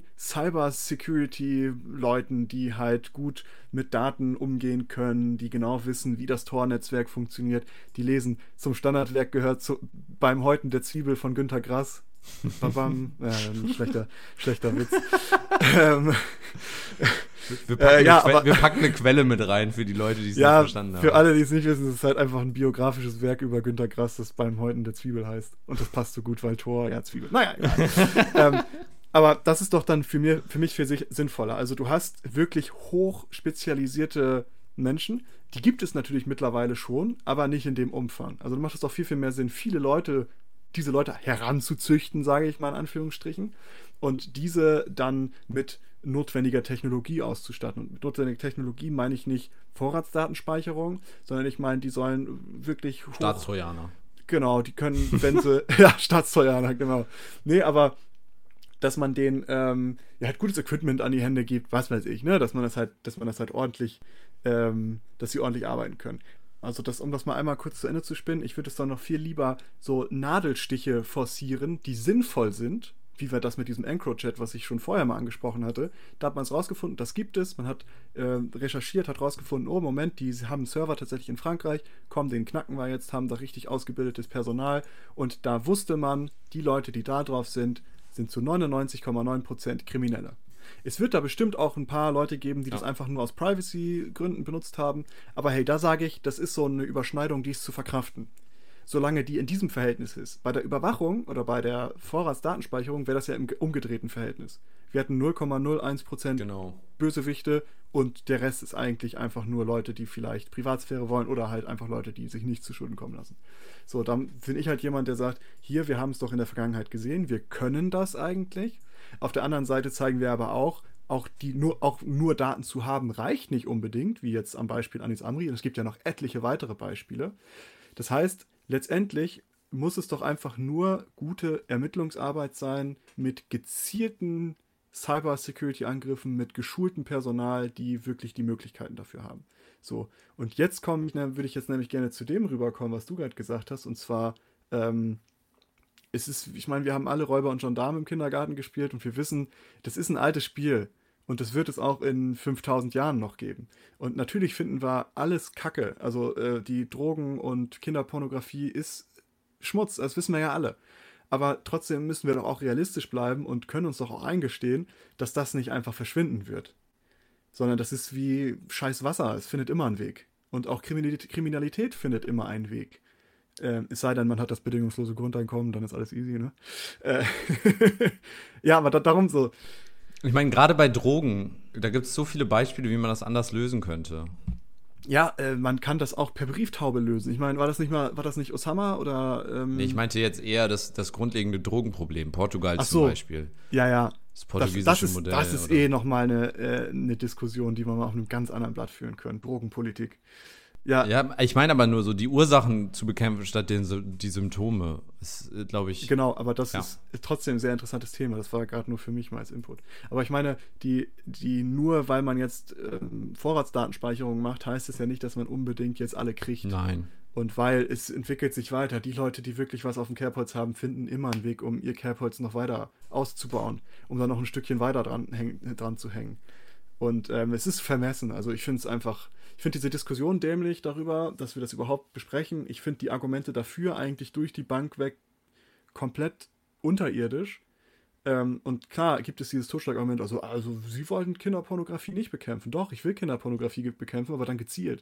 Cyber-Security-Leuten, die halt gut mit Daten umgehen können, die genau wissen, wie das Tor-Netzwerk funktioniert. Die lesen, zum Standardwerk gehört zu, beim Häuten der Zwiebel von Günter Grass. Babam. Ja, ein schlechter, schlechter Witz. ähm, wir, packen äh, ja, eine aber, wir packen eine Quelle mit rein für die Leute, die es ja, nicht verstanden haben. Für alle, die es nicht wissen, es ist halt einfach ein biografisches Werk über Günter Grass, das beim Häuten der Zwiebel heißt. Und das passt so gut, weil Tor, ja, Zwiebel. Naja, egal. ähm, aber das ist doch dann für, mir, für mich für sich sinnvoller. Also du hast wirklich hoch spezialisierte Menschen. Die gibt es natürlich mittlerweile schon, aber nicht in dem Umfang. Also dann macht es doch viel, viel mehr Sinn, viele Leute diese Leute heranzuzüchten, sage ich mal in Anführungsstrichen, und diese dann mit notwendiger Technologie auszustatten. Und mit notwendiger Technologie meine ich nicht Vorratsdatenspeicherung, sondern ich meine, die sollen wirklich hoch... Staatstrojaner. Genau, die können, wenn sie, ja, Staatstrojaner, genau. Nee, aber dass man denen ähm, ja, halt gutes Equipment an die Hände gibt, was weiß ich, ne, dass man das halt, dass man das halt ordentlich, ähm, dass sie ordentlich arbeiten können. Also das, um das mal einmal kurz zu Ende zu spinnen, ich würde es dann noch viel lieber so Nadelstiche forcieren, die sinnvoll sind, wie wir das mit diesem EncroChat, was ich schon vorher mal angesprochen hatte. Da hat man es rausgefunden, das gibt es. Man hat äh, recherchiert, hat rausgefunden, oh Moment, die haben einen Server tatsächlich in Frankreich, komm, den knacken wir jetzt, haben da richtig ausgebildetes Personal. Und da wusste man, die Leute, die da drauf sind, sind zu neunundneunzig Komma neun Prozent Kriminelle. Es wird da bestimmt auch ein paar Leute geben, die ja. das einfach nur aus Privacy-Gründen benutzt haben. Aber hey, da sage ich, das ist so eine Überschneidung, die ist zu verkraften. Solange die in diesem Verhältnis ist. Bei der Überwachung oder bei der Vorratsdatenspeicherung wäre das ja im umgedrehten Verhältnis. Wir hatten null Komma null eins Prozent genau. Bösewichte und der Rest ist eigentlich einfach nur Leute, die vielleicht Privatsphäre wollen oder halt einfach Leute, die sich nicht zu Schulden kommen lassen. So, dann bin ich halt jemand, der sagt, hier, wir haben es doch in der Vergangenheit gesehen, wir können das eigentlich. Auf der anderen Seite zeigen wir aber auch, auch, die nur, auch nur Daten zu haben reicht nicht unbedingt, wie jetzt am Beispiel Anis Amri. Und es gibt ja noch etliche weitere Beispiele. Das heißt, letztendlich muss es doch einfach nur gute Ermittlungsarbeit sein mit gezielten Cyber-Security-Angriffen, mit geschultem Personal, die wirklich die Möglichkeiten dafür haben. So, und jetzt komme ich, würde ich jetzt nämlich gerne zu dem rüberkommen, was du gerade gesagt hast, und zwar, ähm, es ist, ich meine, wir haben alle Räuber und Gendarmen im Kindergarten gespielt und wir wissen, das ist ein altes Spiel. Und das wird es auch in fünftausend Jahren noch geben. Und natürlich finden wir alles Kacke. Also äh, die Drogen- und Kinderpornografie ist Schmutz, das wissen wir ja alle. Aber trotzdem müssen wir doch auch realistisch bleiben und können uns doch auch eingestehen, dass das nicht einfach verschwinden wird. Sondern das ist wie scheiß Wasser, es findet immer einen Weg. Und auch Kriminalität, Kriminalität findet immer einen Weg. Äh, es sei denn, man hat das bedingungslose Grundeinkommen, dann ist alles easy, ne? Äh ja, aber da, darum so... Ich meine, gerade bei Drogen, da gibt es so viele Beispiele, wie man das anders lösen könnte. Ja, äh, man kann das auch per Brieftaube lösen. Ich meine, war das nicht mal, war das nicht Osama oder? Ähm nee, ich meinte jetzt eher das, das grundlegende Drogenproblem. Portugal Ach so. Zum Beispiel. Ja, ja. Das portugiesische das, das ist, Modell. Das ist oder? eh nochmal eine, äh, eine Diskussion, die wir mal auf einem ganz anderen Blatt führen können. Drogenpolitik. Ja. ja, ich meine aber nur so, die Ursachen zu bekämpfen, statt den, die Symptome. Ist, glaube ich. Genau, aber das ja. ist trotzdem ein sehr interessantes Thema. Das war gerade nur für mich mal als Input. Aber ich meine, die, die nur weil man jetzt ähm, Vorratsdatenspeicherung macht, heißt es ja nicht, dass man unbedingt jetzt alle kriegt. Nein. Und weil es entwickelt sich weiter. Die Leute, die wirklich was auf dem Kerbholz haben, finden immer einen Weg, um ihr Kerbholz noch weiter auszubauen, um dann noch ein Stückchen weiter dran, häng, dran zu hängen. Und ähm, es ist vermessen. Also ich finde es einfach, ich finde diese Diskussion dämlich darüber, dass wir das überhaupt besprechen. Ich finde die Argumente dafür eigentlich durch die Bank weg komplett unterirdisch. Ähm, und klar gibt es dieses Totschlagargument, also, also Sie wollten Kinderpornografie nicht bekämpfen. Doch, ich will Kinderpornografie bekämpfen, aber dann gezielt.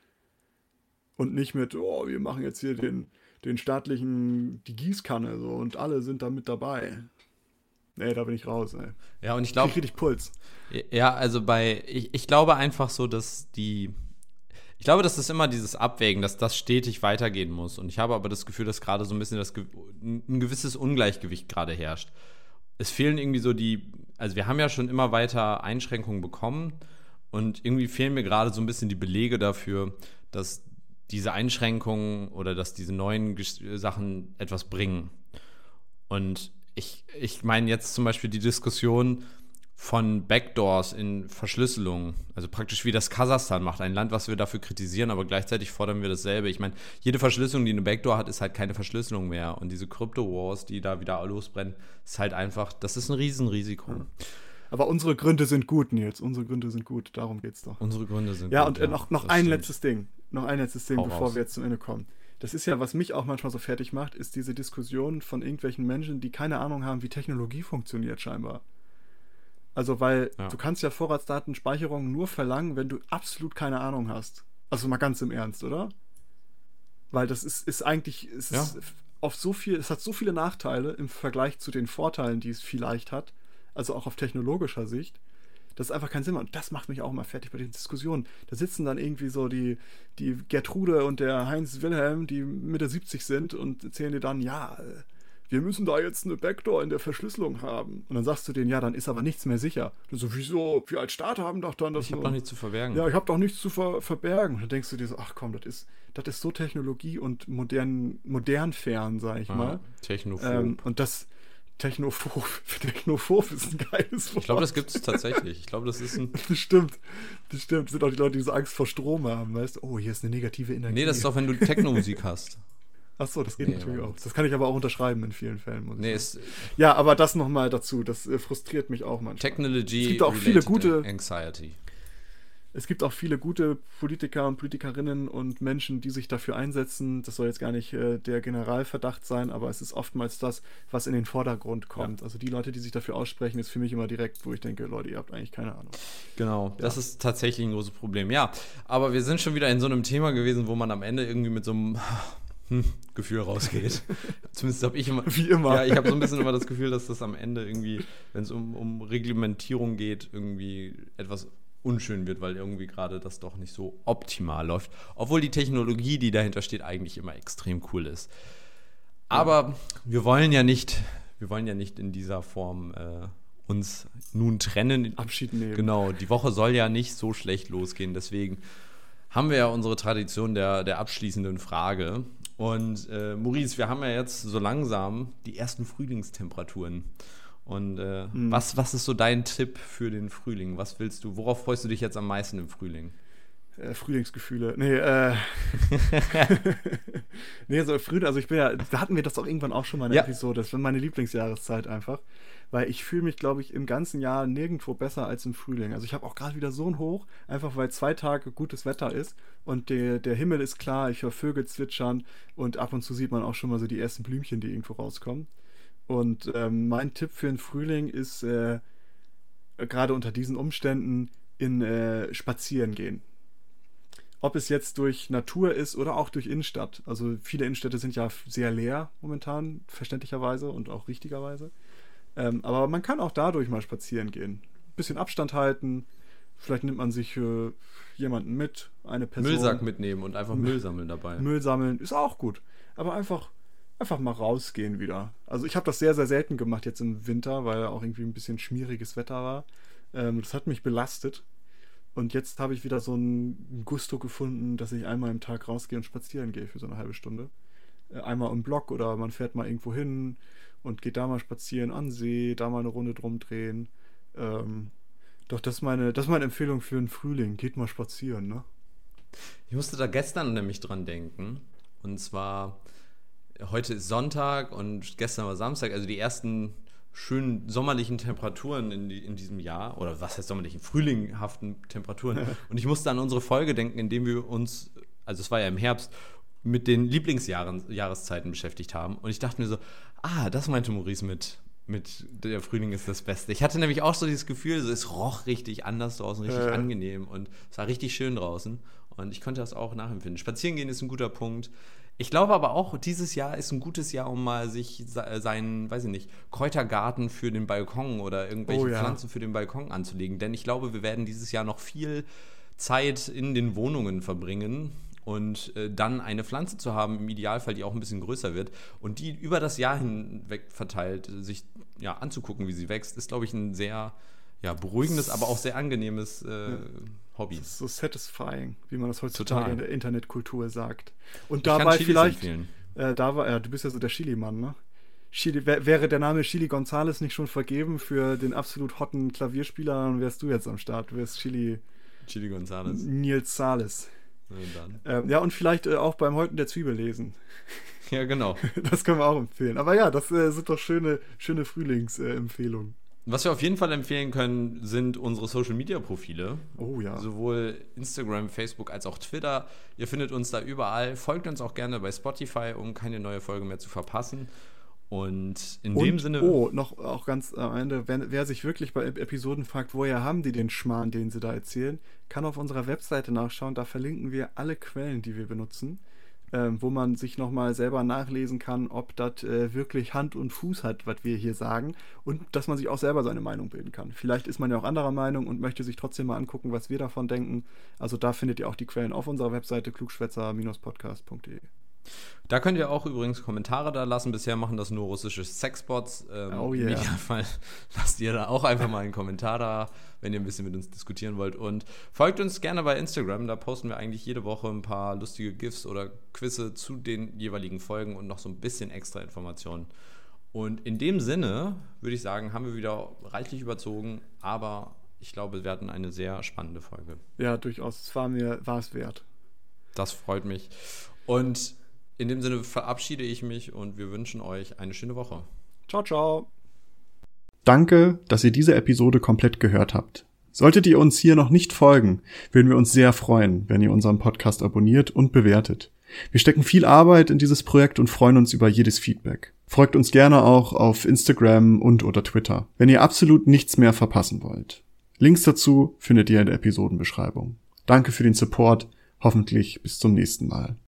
Und nicht mit, oh, wir machen jetzt hier den, den staatlichen, die Gießkanne so und alle sind da mit dabei. Nee, da bin ich raus, ey. Ja, und ich glaube. Ich richtig Puls. Ja, also bei, ich, ich glaube einfach so, dass die, ich glaube, das ist immer dieses Abwägen, dass das stetig weitergehen muss. Und ich habe aber das Gefühl, dass gerade so ein bisschen das, ein gewisses Ungleichgewicht gerade herrscht. Es fehlen irgendwie so die, also wir haben ja schon immer weiter Einschränkungen bekommen und irgendwie fehlen mir gerade so ein bisschen die Belege dafür, dass diese Einschränkungen oder dass diese neuen Sachen etwas bringen. Und ich, ich meine jetzt zum Beispiel die Diskussion von Backdoors in Verschlüsselung, also praktisch wie das Kasachstan macht, ein Land, was wir dafür kritisieren, aber gleichzeitig fordern wir dasselbe. Ich meine, jede Verschlüsselung, die eine Backdoor hat, ist halt keine Verschlüsselung mehr und diese Crypto-Wars, die da wieder losbrennen, ist halt einfach, das ist ein Riesenrisiko. Ja. Aber unsere Gründe sind gut, Nils, unsere Gründe sind gut, darum geht's doch. Unsere Gründe sind ja, gut, und, ja, und noch, noch ein stimmt. letztes Ding, noch ein letztes Ding, Hau bevor raus. wir jetzt zum Ende kommen. Das ist ja, was mich auch manchmal so fertig macht, ist diese Diskussion von irgendwelchen Menschen, die keine Ahnung haben, wie Technologie funktioniert scheinbar. Also, weil ja. du kannst ja Vorratsdatenspeicherung nur verlangen, wenn du absolut keine Ahnung hast. Also mal ganz im Ernst, oder? Weil das ist, ist eigentlich, es ja. ist auf so viel, es hat so viele Nachteile im Vergleich zu den Vorteilen, die es vielleicht hat, also auch auf technologischer Sicht, dass es einfach keinen Sinn macht. Und das macht mich auch mal fertig bei den Diskussionen. Da sitzen dann irgendwie so die, die Gertrude und der Heinz Wilhelm, die Mitte siebzig sind und erzählen dir dann, ja, wir müssen da jetzt eine Backdoor in der Verschlüsselung haben. Und dann sagst du denen, ja, dann ist aber nichts mehr sicher. Und so, wieso? Wir als Staat haben doch dann das Ich habe doch nichts zu verbergen. Ja, ich habe doch nichts zu ver verbergen. Und dann denkst du dir so, ach komm, das ist, das ist so Technologie- und modern, modern fern, sag ich Ah, mal. Technophob. Ähm, und das Technophob, Technophob ist ein geiles Wort. Ich glaube, das gibt es tatsächlich. Ich glaube, das ist ein... Das stimmt. Das stimmt. Das sind auch die Leute, die so Angst vor Strom haben, weißt du? Oh, hier ist eine negative Energie. Nee, das ist doch, wenn du Techno-Musik hast. Ach so, das geht Nee, natürlich aber- auch. Das kann ich aber auch unterschreiben in vielen Fällen. Muss ich Nee, sagen. ist Ja, aber das nochmal dazu. Das äh, frustriert mich auch manchmal. Technology Es gibt auch viele gute- Anxiety. Es gibt auch viele gute Politiker und Politikerinnen und Menschen, die sich dafür einsetzen. Das soll jetzt gar nicht äh, der Generalverdacht sein, aber es ist oftmals das, was in den Vordergrund kommt. Also die Leute, die sich dafür aussprechen, ist für mich immer direkt, wo ich denke, Leute, ihr habt eigentlich keine Ahnung. Genau, das ist tatsächlich ein großes Problem. Ja, aber wir sind schon wieder in so einem Thema gewesen, wo man am Ende irgendwie mit so einem hm, Gefühl rausgeht. Zumindest habe ich immer. Wie immer. Ja, ich habe so ein bisschen immer das Gefühl, dass das am Ende irgendwie, wenn es um, um Reglementierung geht, irgendwie etwas unschön wird, weil irgendwie gerade das doch nicht so optimal läuft. Obwohl die Technologie, die dahinter steht, eigentlich immer extrem cool ist. Aber wir wollen ja nicht, wir wollen ja nicht in dieser Form äh, uns nun trennen. Abschied nehmen. Genau, die Woche soll ja nicht so schlecht losgehen, deswegen haben wir ja unsere Tradition der, der abschließenden Frage. Und äh, Maurice, wir haben ja jetzt so langsam die ersten Frühlingstemperaturen. Und äh, Mhm. was, was ist so dein Tipp für den Frühling? Was willst du, worauf freust du dich jetzt am meisten im Frühling? Äh, Frühlingsgefühle. Nee, äh. nee, so Frühling, also ich bin ja, da hatten wir das auch irgendwann auch schon mal in der Ja. Episode. Das war meine Lieblingsjahreszeit einfach. Weil ich fühle mich, glaube ich, im ganzen Jahr nirgendwo besser als im Frühling. Also ich habe auch gerade wieder so ein Hoch, einfach weil zwei Tage gutes Wetter ist und der, der Himmel ist klar, ich höre Vögel zwitschern und ab und zu sieht man auch schon mal so die ersten Blümchen, die irgendwo rauskommen. Und ähm, mein Tipp für den Frühling ist, äh, gerade unter diesen Umständen, in äh, Spazieren gehen. Ob es jetzt durch Natur ist oder auch durch Innenstadt. Also viele Innenstädte sind ja sehr leer momentan, verständlicherweise und auch richtigerweise. Ähm, aber man kann auch dadurch mal spazieren gehen. Bisschen Abstand halten. Vielleicht nimmt man sich äh, jemanden mit, eine Person. Müllsack mitnehmen und einfach Müll sammeln dabei. Müll sammeln ist auch gut. Aber einfach, einfach mal rausgehen wieder. Also ich habe das sehr, sehr selten gemacht jetzt im Winter, weil auch irgendwie ein bisschen schmieriges Wetter war. Ähm, das hat mich belastet. Und jetzt habe ich wieder so ein Gusto gefunden, dass ich einmal im Tag rausgehe und spazieren gehe für so eine halbe Stunde. Äh, einmal im Block oder man fährt mal irgendwo hin und geht da mal spazieren an See, da mal eine Runde drum drehen. Ähm, doch, das ist meine, das ist meine Empfehlung für den Frühling. Geht mal spazieren, ne? Ich musste da gestern nämlich dran denken. Und zwar, heute ist Sonntag und gestern war Samstag, also die ersten schönen sommerlichen Temperaturen in, die, in diesem Jahr, oder was heißt sommerlichen, frühlinghaften Temperaturen. Und ich musste an unsere Folge denken, in dem wir uns, also es war ja im Herbst, mit den Lieblingsjahreszeiten beschäftigt haben. Und ich dachte mir so, ah, das meinte Maurice mit, mit der Frühling ist das Beste. Ich hatte nämlich auch so dieses Gefühl, so, es roch richtig anders draußen, richtig Äh. angenehm und es war richtig schön draußen. Und ich konnte das auch nachempfinden. Spazieren gehen ist ein guter Punkt. Ich glaube aber auch, dieses Jahr ist ein gutes Jahr, um mal sich se- seinen, weiß ich nicht, Kräutergarten für den Balkon oder irgendwelche Oh ja. Pflanzen für den Balkon anzulegen. Denn ich glaube, wir werden dieses Jahr noch viel Zeit in den Wohnungen verbringen und äh, dann eine Pflanze zu haben, im Idealfall, die auch ein bisschen größer wird und die über das Jahr hinweg verteilt, äh, sich ja, anzugucken, wie sie wächst, ist, glaube ich, ein sehr ja, beruhigendes, aber auch sehr angenehmes äh, Ja. Hobby. Das ist so satisfying, wie man das heutzutage Total. in der Internetkultur sagt. Und Ich kann dabei Chilis vielleicht, empfehlen. äh, da war, ja, du bist ja so der Chili-Mann, ne? Chili, wär, wäre der Name Chili Gonzales nicht schon vergeben für den absolut hotten Klavierspieler, dann wärst du jetzt am Start. Du wärst Chili Chili Gonzales. Nils Sales. Und dann. Ähm, ja, und vielleicht äh, auch beim Häuten der Zwiebel lesen. Ja, genau. Das können wir auch empfehlen. Aber ja, das äh, sind doch schöne, schöne Frühlingsempfehlungen. Was wir auf jeden Fall empfehlen können, sind unsere Social-Media-Profile. Oh ja. Sowohl Instagram, Facebook als auch Twitter. Ihr findet uns da überall. Folgt uns auch gerne bei Spotify, um keine neue Folge mehr zu verpassen. Und in Und, dem Sinne... oh, noch auch ganz am Ende, wer, wer sich wirklich bei Episoden fragt, woher haben die den Schmarrn, den sie da erzählen, kann auf unserer Webseite nachschauen. Da verlinken wir alle Quellen, die wir benutzen, ähm, wo man sich nochmal selber nachlesen kann, ob das äh, wirklich Hand und Fuß hat, was wir hier sagen, und dass man sich auch selber seine Meinung bilden kann. Vielleicht ist man ja auch anderer Meinung und möchte sich trotzdem mal angucken, was wir davon denken. Also da findet ihr auch die Quellen auf unserer Webseite klugschwätzer Bindestrich podcast punkt de. Da könnt ihr auch übrigens Kommentare da lassen. Bisher machen das nur russische Sexbots. Ähm, oh yeah. Im Idealfall lasst ihr da auch einfach mal einen Kommentar da, wenn ihr ein bisschen mit uns diskutieren wollt. Und folgt uns gerne bei Instagram. Da posten wir eigentlich jede Woche ein paar lustige GIFs oder Quizze zu den jeweiligen Folgen und noch so ein bisschen extra Informationen. Und in dem Sinne würde ich sagen, haben wir wieder reichlich überzogen. Aber ich glaube, wir hatten eine sehr spannende Folge. Ja, durchaus. Es war mir war es wert. Das freut mich. Und in dem Sinne verabschiede ich mich und wir wünschen euch eine schöne Woche. Ciao, ciao. Danke, dass ihr diese Episode komplett gehört habt. Solltet ihr uns hier noch nicht folgen, würden wir uns sehr freuen, wenn ihr unseren Podcast abonniert und bewertet. Wir stecken viel Arbeit in dieses Projekt und freuen uns über jedes Feedback. Folgt uns gerne auch auf Instagram und oder Twitter, wenn ihr absolut nichts mehr verpassen wollt. Links dazu findet ihr in der Episodenbeschreibung. Danke für den Support. Hoffentlich bis zum nächsten Mal.